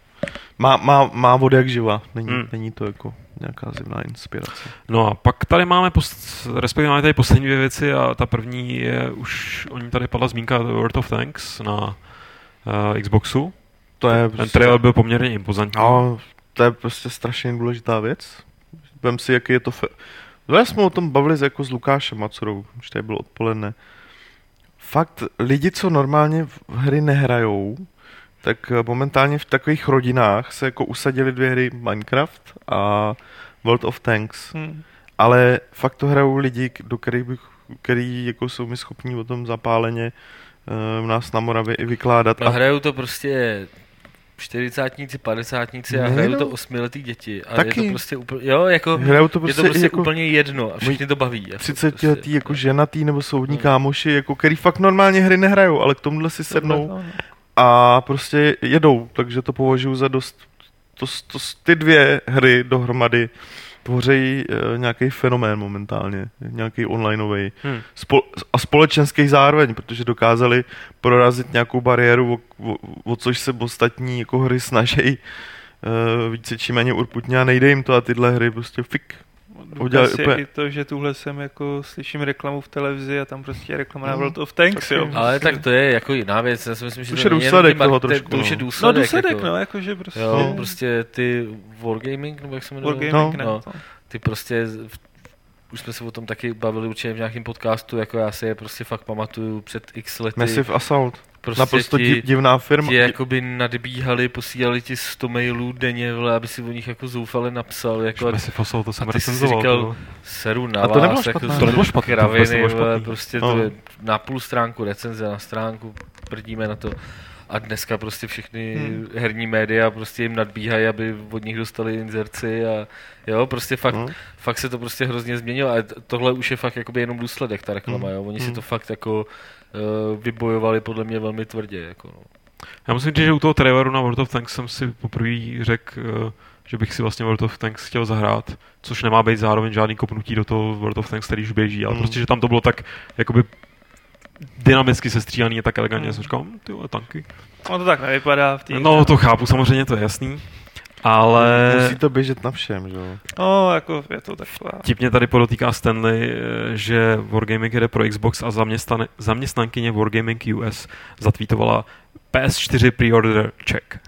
má vody jak živa, není to jako nějaká zimná inspirace. No a pak tady máme, respektive máme tady poslední dvě věci a ta první je, už o ní tady padla zmínka World of Tanks na Xboxu. Ten trailer byl poměrně impozantní. No, to je prostě strašně důležitá věc. Vem si, jaký je to... No, jsme o tom bavili jako s Lukášem Macurou, už tady bylo odpoledne. Fakt, lidi, co normálně v hry nehrajou, tak momentálně v takových rodinách se jako usadili dvě hry Minecraft a World of Tanks. Ale fakt to hrajou lidi, který jako jsou mi schopní o tom zapáleně u nás na Moravě i vykládat. No hrajou to prostě 40tníci, 50tníci a hrajou to 8letý děti. A taky. Je to prostě úplně, jo, jako, to prostě je to prostě jako úplně jedno a všichni to baví. 30letý prostě, jako ženatý nebo soudní kámoši, jako, který fakt normálně hry nehrajou, ale k tomuhle si sednou a prostě jedou, takže to považuji za dost, ty dvě hry dohromady tvoří nějaký fenomén momentálně, nějaký onlineový a společenský zároveň, protože dokázali prorazit nějakou bariéru, o což se ostatní jako hry snaží více či méně urputně a nejde jim to a tyhle hry prostě fik. Důkaz je i to, že tuhle jsem jako slyším reklamu v televizi a tam prostě je reklama na World of Tanks, jo. Ale tak to je jako jiná věc, já si myslím, že to je důsledek toho trošku. To už je důsledek. No, jakože prostě. Jo, prostě ty Wargaming, nebo jak se jmenuje? Wargaming, no. Ty prostě, už jsme se o tom taky bavili určitě v nějakém podcastu, jako já si je prostě fakt pamatuju před x lety. Massive Assault. Prostě naprosto divná firma. Ti jakoby nadbíhali, posílali ti 100 mailů denně, vole, aby si o nich jako zoufale napsal. Jako, Massive Assault, to jsem a ty jsi recenzoval. říkal, seru na a to nebylo vás, špatné. jako to nebylo špatné, kraviny, to vole, prostě to je na půl stránku recenze, na stránku, prdíme na to. A dneska prostě všechny herní média prostě jim nadbíhají, aby od nich dostali inzerci a jo, prostě fakt se to prostě hrozně změnilo a tohle už je fakt jakoby jenom důsledek, ta reklama, jo. Oni si to fakt jako vybojovali podle mě velmi tvrdě, jako no. Já musím říct, že u toho traileru na World of Tanks jsem si poprvé řekl, že bych si vlastně World of Tanks chtěl zahrát, což nemá být zároveň žádný kopnutí do toho World of Tanks, který už běží, ale prostě, že tam to bylo tak jakoby dynamicky sestříhaný a tak elegantně, jsem říkal, ty vole, tanky. No to tak nevypadá v té. No to chápu, samozřejmě, to je jasný. Ale... Musí to běžet na všem, že jo? No, jako je to taková. Tipně tady podotýká Stanley, že Wargaming jde pro Xbox a zaměstnankyně Wargaming US zatweetovala PS4 pre-order check.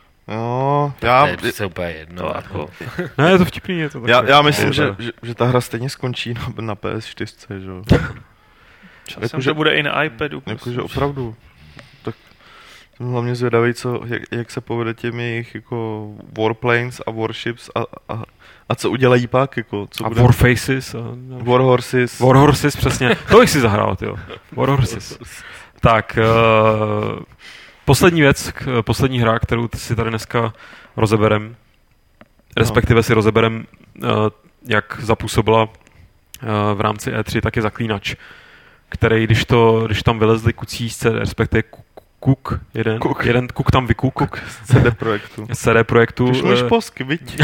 No, To je přece úplně jedno. Jako. Ne, je to vtipný, je to tak. Já myslím, že ta hra stejně skončí na PS4, že jo? Časem to bude i na iPadu. Jakože opravdu. Tak jsem hlavně zvědavý, jak se povede těm jejich jako Warplanes a Warships a co udělají pak, jako, co a bude... Warfaces. Warhorses. Warhorses, přesně. To bych si zahrál, tyjo. Warhorses. Tak, poslední věc, poslední hra, kterou si tady dneska rozeberem, respektive si rozeberem, jak zapůsobila v rámci E3, tak je Zaklínač, který, když tam vylezli kucíšce, respektive jeden kuk tam vykuk. CD Projektu. Už můj šposky, viď?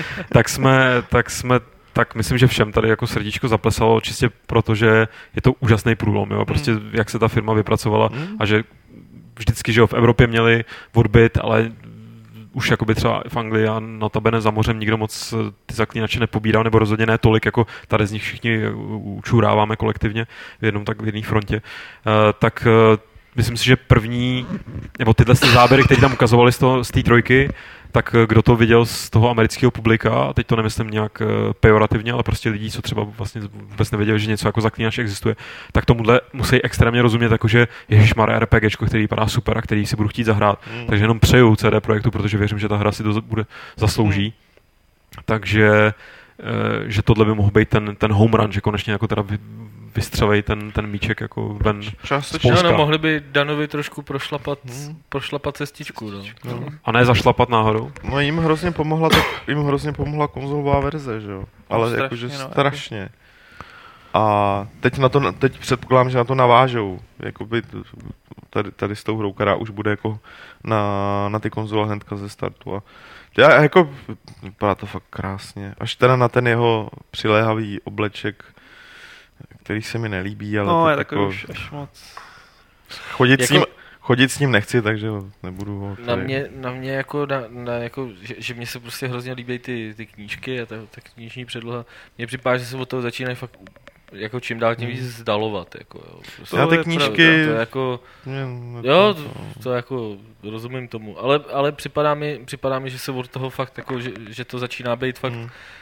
tak myslím, že všem tady jako srdíčko zaplesalo, čistě protože je to úžasný průlom, jo? Prostě jak se ta firma vypracovala a že vždycky, že jo, v Evropě měli odbyt, ale už jakoby třeba v Anglii a notabene za mořem nikdo moc ty Zaklínače nepobíral, nebo rozhodně ne tolik, jako tady z nich všichni učuráváme kolektivně v jedné frontě. Tak myslím si, že první, nebo tyhle záběry, které tam ukazovali z té trojky, tak kdo to viděl z toho amerického publika, a teď to nemyslím nějak pejorativně, ale prostě lidí, co třeba vlastně vůbec nevěděli, že něco jako Zaklínač existuje, tak tomuhle musí extrémně rozumět, jakože ježišmarja RPGčko, který vypadá super a který si budu chtít zahrát. Takže jenom přeju CD Projektu, protože věřím, že ta hra si to zaslouží. Takže že tohle by mohl být ten home run, že konečně jako teda vystřelej ten míček jako ven. Částečně. No, mohli by Danovi trošku prošlapat cestičku. No. A ne zašlapat náhodou. No jim hrozně pomohla konzolová verze, že jo? Ale strašně, jakože no, strašně. A teď předpokládám, že na to navážou. Jakoby tady s tou hrou, která už bude jako na ty konzole hnedka ze startu. A já jako, vypadá to fakt krásně. Až teda na ten jeho přiléhavý obleček, který se mi nelíbí, ale no, je jako, takový už až moc. Chodit s ním nechci, takže nebudu. Na mě jako, že mně se prostě hrozně líbí ty knížky a ta knižní předloha. Mně připadá, že se od toho začínají fakt jako čím dál tím víc zdalovat. Jako, jo. Prostě Já ty knížky... To jako, to jako rozumím tomu, ale připadá mi, že se od toho fakt jako, že to začíná být fakt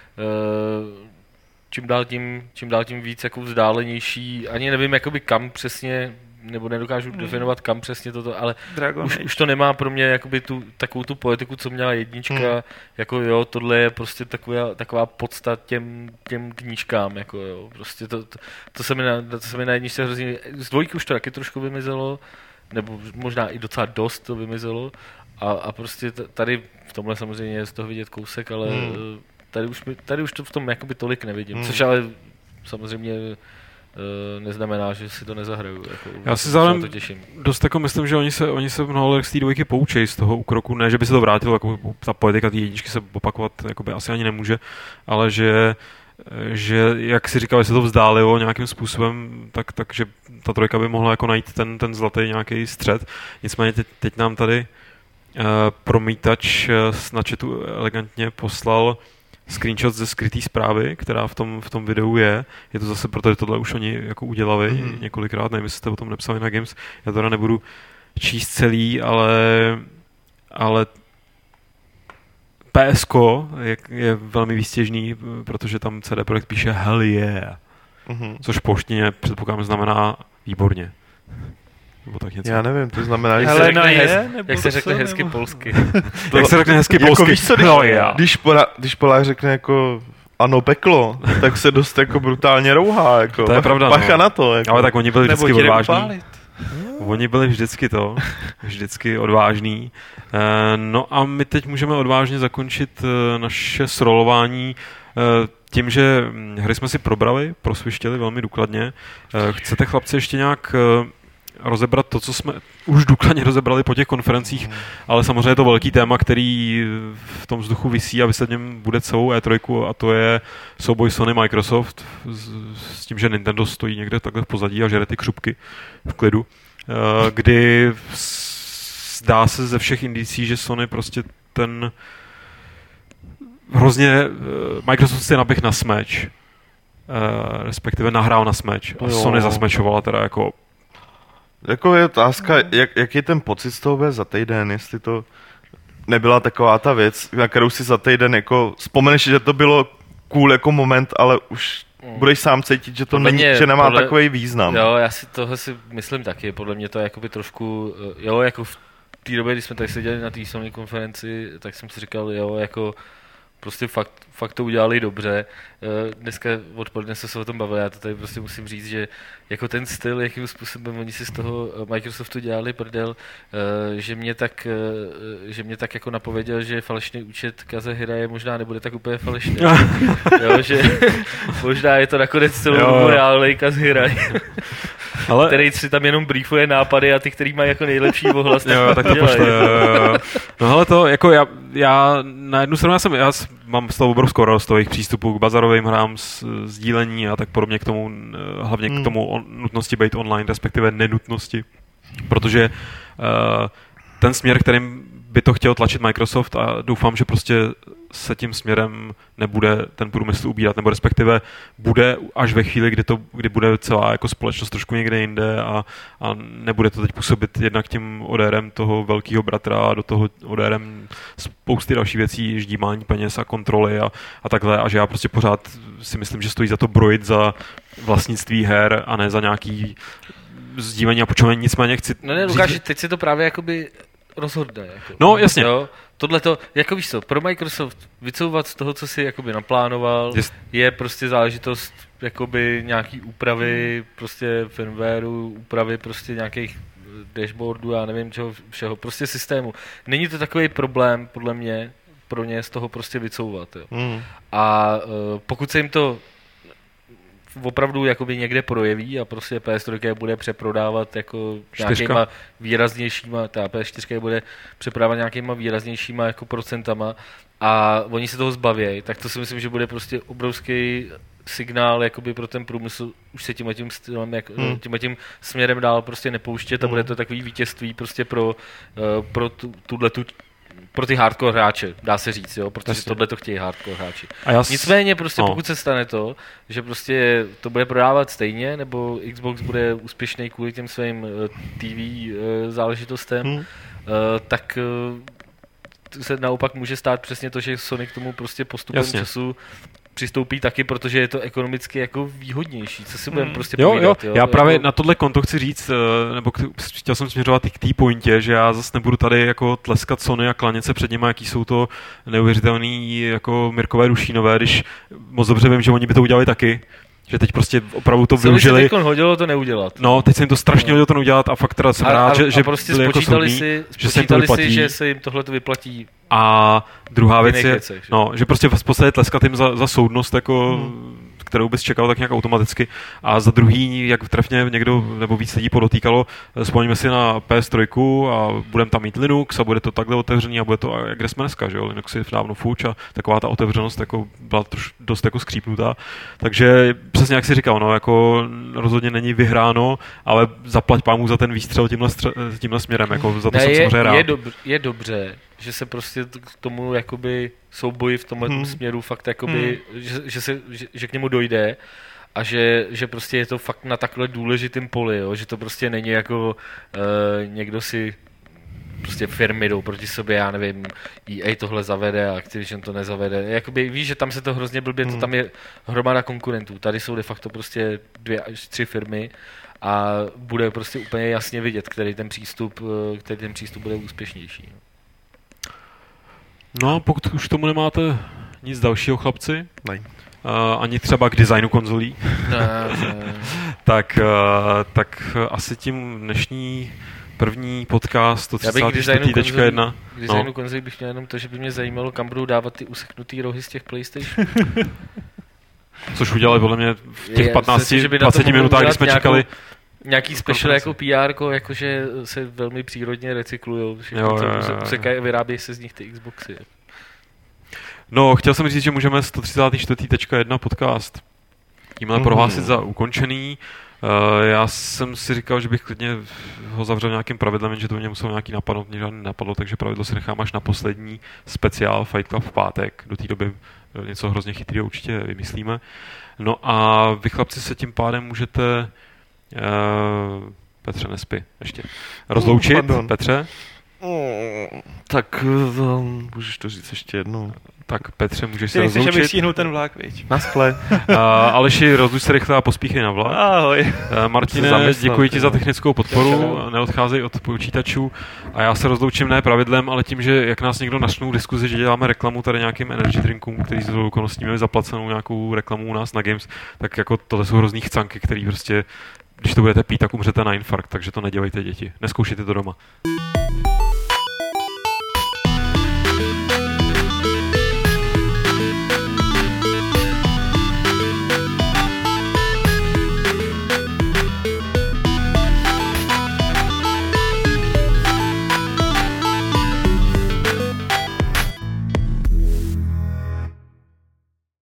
čím dál tím víc jako vzdálenější, ani nevím jakoby kam přesně, nebo nedokážu definovat kam přesně toto, ale už to nemá pro mě jakoby takovou tu poetiku, co měla jednička, jako jo, tohle je prostě taková podsta těm knížkám, jako jo, prostě to se mi na jedničce hrozně, z dvojky už to taky trošku vymizelo, nebo možná i docela dost to vymizelo a prostě tady v tomhle samozřejmě je z toho vidět kousek, ale tady už to v tom jakoby tolik nevidím, což ale samozřejmě neznamená, že si to nezahraju. Jako, já si zároveň dost jako myslím, že oni se mnoho let z té dvojky poučejí z toho úkroku, ne, že by se to vrátilo, jako ta poetika té jedničky se opakovat jakoby asi ani nemůže, ale že jak si říkal, že se to vzdálilo nějakým způsobem, takže ta trojka by mohla jako najít ten zlatý nějaký střed. Nicméně teď nám tady promítač na chatu elegantně poslal screenshot ze skrytý zprávy, která v tom videu je. Je to zase proto, že tohle už oni jako udělali několikrát, nevím, jestli jste o tom nepsali na Games. Já teda nebudu číst celý, ale PSko je velmi výstěžný, protože tam CD Projekt píše hell yeah, což v polštině předpokládám znamená výborně. Nebo tak něco. Já nevím, to znamená, že jak se řekne hezky polsky. Jak se řekne hezky polsky? Jako víš co, když Polák řekne jako ano, peklo, tak se dost jako brutálně rouhá. Jako. To je pravda, Bacha na to. Jako. Ale tak oni byli vždycky odvážní. Oni byli vždycky odvážní. No a my teď můžeme odvážně zakončit naše srolování tím, že hry jsme si probrali, prosvištěli velmi důkladně. Chcete, chlapci, ještě nějak rozebrat to, co jsme už důkladně rozebrali po těch konferencích, ale samozřejmě je to velký téma, který v tom vzduchu visí a vyset něm bude celou E3 a to je souboj Sony Microsoft s tím, že Nintendo stojí někde takhle v pozadí a žere ty křupky v klidu, kdy zdá se ze všech indicí, že Sony prostě ten hrozně Microsoft si naběh na smeč, respektive nahrál na smeč a Sony zasmečovala teda jako je otázka, jak je ten pocit z toho za týden, jestli to nebyla taková ta věc, na kterou si za týden jako vzpomeneš, že to bylo cool jako moment, ale už budeš sám cítit, že to není, že nemá takový význam. Jo, já si tohle si myslím taky, podle mě to je jakoby trošku, jo, jako v té době, kdy jsme tady seděli na té Sony konferenci, tak jsem si říkal, jo, jako prostě fakt to udělali dobře. Dneska odpoledne se o tom bavili, já to tady prostě musím říct, že jako ten styl, jakým způsobem oni si z toho Microsoftu dělali prdel, že mě tak jako napověděl, že falešný účet Kazuhira možná nebude tak úplně falešný. Jo, že možná je to nakonec celou dobu reálnej Kazuhira. Ale který si tam jenom briefuje nápady a ty, který mají jako nejlepší ohlas, tak to pošle. No hele to, jako já na jednu stranu já mám z toho obrovskou radost toho jejich přístupu k bazarovým hrám, sdílení a tak podobně k tomu, hlavně k tomu nutnosti být online, respektive nenutnosti, protože ten směr, kterým by to chtěl tlačit Microsoft a doufám, že prostě se tím směrem nebude ten průmysl ubírat, nebo respektive bude až ve chvíli, kdy bude celá jako společnost trošku někde jinde a nebude to teď působit jednak tím odérem toho velkého bratra a do toho odérem spousty dalších věcí, ždímání peněz a kontroly a takhle, a že já prostě pořád si myslím, že stojí za to brojit za vlastnictví her a ne za nějaký sdílení a počování, nicméně chci... Ne, Lukáši, teď si to právě jakoby rozhodne. Jako. No, jasně. Jo? Tohleto, jako víš co, pro Microsoft vycouvat z toho, co si jakoby naplánoval, je prostě záležitost jakoby nějaký úpravy prostě firmwareu, úpravy prostě nějakých dashboardů, já nevím čeho všeho, prostě systému. Není to takový problém, podle mě, pro ně z toho prostě vycouvat. Jo. A pokud se jim to opravdu jakoby někde projeví a prostě PS3 bude přeprodávat jako nějakýma výraznějšíma, ta PS4 bude přeprodávat nějakýma výraznějšíma jako procentama a oni se toho zbavějí, tak to si myslím, že bude prostě obrovský signál jakoby pro ten průmysl už se tímhletím stylem, tímhletím směrem dál prostě nepouštět a bude to takový vítězství prostě pro pro ty hardcore hráče, dá se říct, jo, protože tohle to chtějí hardcore hráči. Nicméně prostě pokud se stane to, že prostě to bude prodávat stejně, nebo Xbox bude úspěšný kvůli těm svým TV záležitostem, tak se naopak může stát přesně to, že Sony k tomu prostě postupem času přistoupí taky, protože je to ekonomicky jako výhodnější. Co si budeme prostě povídat, jo? Já právě na tohle konto chci říct, nebo chtěl jsem směřovat i k té pointě, že já zase nebudu tady jako tleskat Sony a klanět se před nimi, jaký jsou to neuvěřitelný jako Mirkové Rušínové, když moc dobře vím, že oni by to udělali taky. Že teď prostě opravdu to využili. Se teď hodilo to neudělat. No, teď se jim to strašně hodilo to neudělat a fakt teda jsem rád, že prostě byli jako spočítali soudní, že se jim to vyplatí. Že se jim tohle to vyplatí. A druhá věc je, věcech, že prostě v podstatě tleskat jim za soudnost, jako, kterou bys čekal tak nějak automaticky. A za druhý, jak trefně někdo nebo víc lidí podotýkalo, vzpomeňme si na PS3 a budeme tam mít Linux a bude to takhle otevřený a bude to, kde jsme dneska, že jo? Linux je dávno fuč a taková ta otevřenost jako byla dost jako skřípnutá. Takže přesně jak jsi říkal, no, jako rozhodně není vyhráno, ale zaplať pámu za ten výstřel tímhle směrem, jako za to jsem samozřejmě rád. Je dobře, že se prostě k tomu jakoby souboji v tomhle směru fakt jakoby, že k němu dojde a že prostě je to fakt na takhle důležitým poli, jo? Že to prostě není jako někdo si prostě firmy jdou proti sobě, já nevím, EA tohle zavede a Activision to nezavede. Jakoby víš, že tam se to hrozně blbě, to tam je hromada konkurentů. Tady jsou de facto prostě 2 až 3 firmy a bude prostě úplně jasně vidět, který ten přístup bude úspěšnější. No, pokud už tomu nemáte nic dalšího, chlapci, ne. Ani třeba k designu konzolí, ne. tak asi tím dnešní první podcast 134.1. K designu konzolí bych měl jenom to, že by mě zajímalo, kam budou dávat ty useknutý rohy z těch PlayStation. Což udělali podle mě v těch 15-20 minutách, kdy jsme čekali. Nějaký special jako PR, jakože se velmi přírodně recyklujou. Všechno, vyrábějí se z nich ty Xboxy. No, chtěl jsem říct, že můžeme 134.1 podcast tímhle prohlásit za ukončený. Já jsem si říkal, že bych klidně ho zavřel nějakým pravidlem, že to mě muselo nějaký napadnout, mě žádný napadlo, takže pravidlo si nechám až na poslední speciál Fight Club v pátek. Do té doby něco hrozně chytrého určitě vymyslíme. No a vy chlapci se tím pádem můžete Petře, nespí ještě. Rozloučit, Petře? Tak můžeš to říct ještě jednou. Tak Petře, můžeš se rozloučit. Ty nechceš, aby stihnul ten vlak, viď? Naschle. Aleši, rozluč se rychle a pospíchej na vlak. Ahoj. Martine, děkuji ti za technickou podporu, neodcházej od počítačů. A já se rozloučím ne pravidlem, ale tím, že jak nás někdo našnou diskuzi, že děláme reklamu tady nějakým energy drinkům, který z okolností měli zaplacenou nějakou reklamu u nás na Games, tak jako tohle jsou hrozný chcanky, který prostě, když to budete pít, tak umřete na infarkt, takže to nedělejte, děti. Nezkoušejte to doma.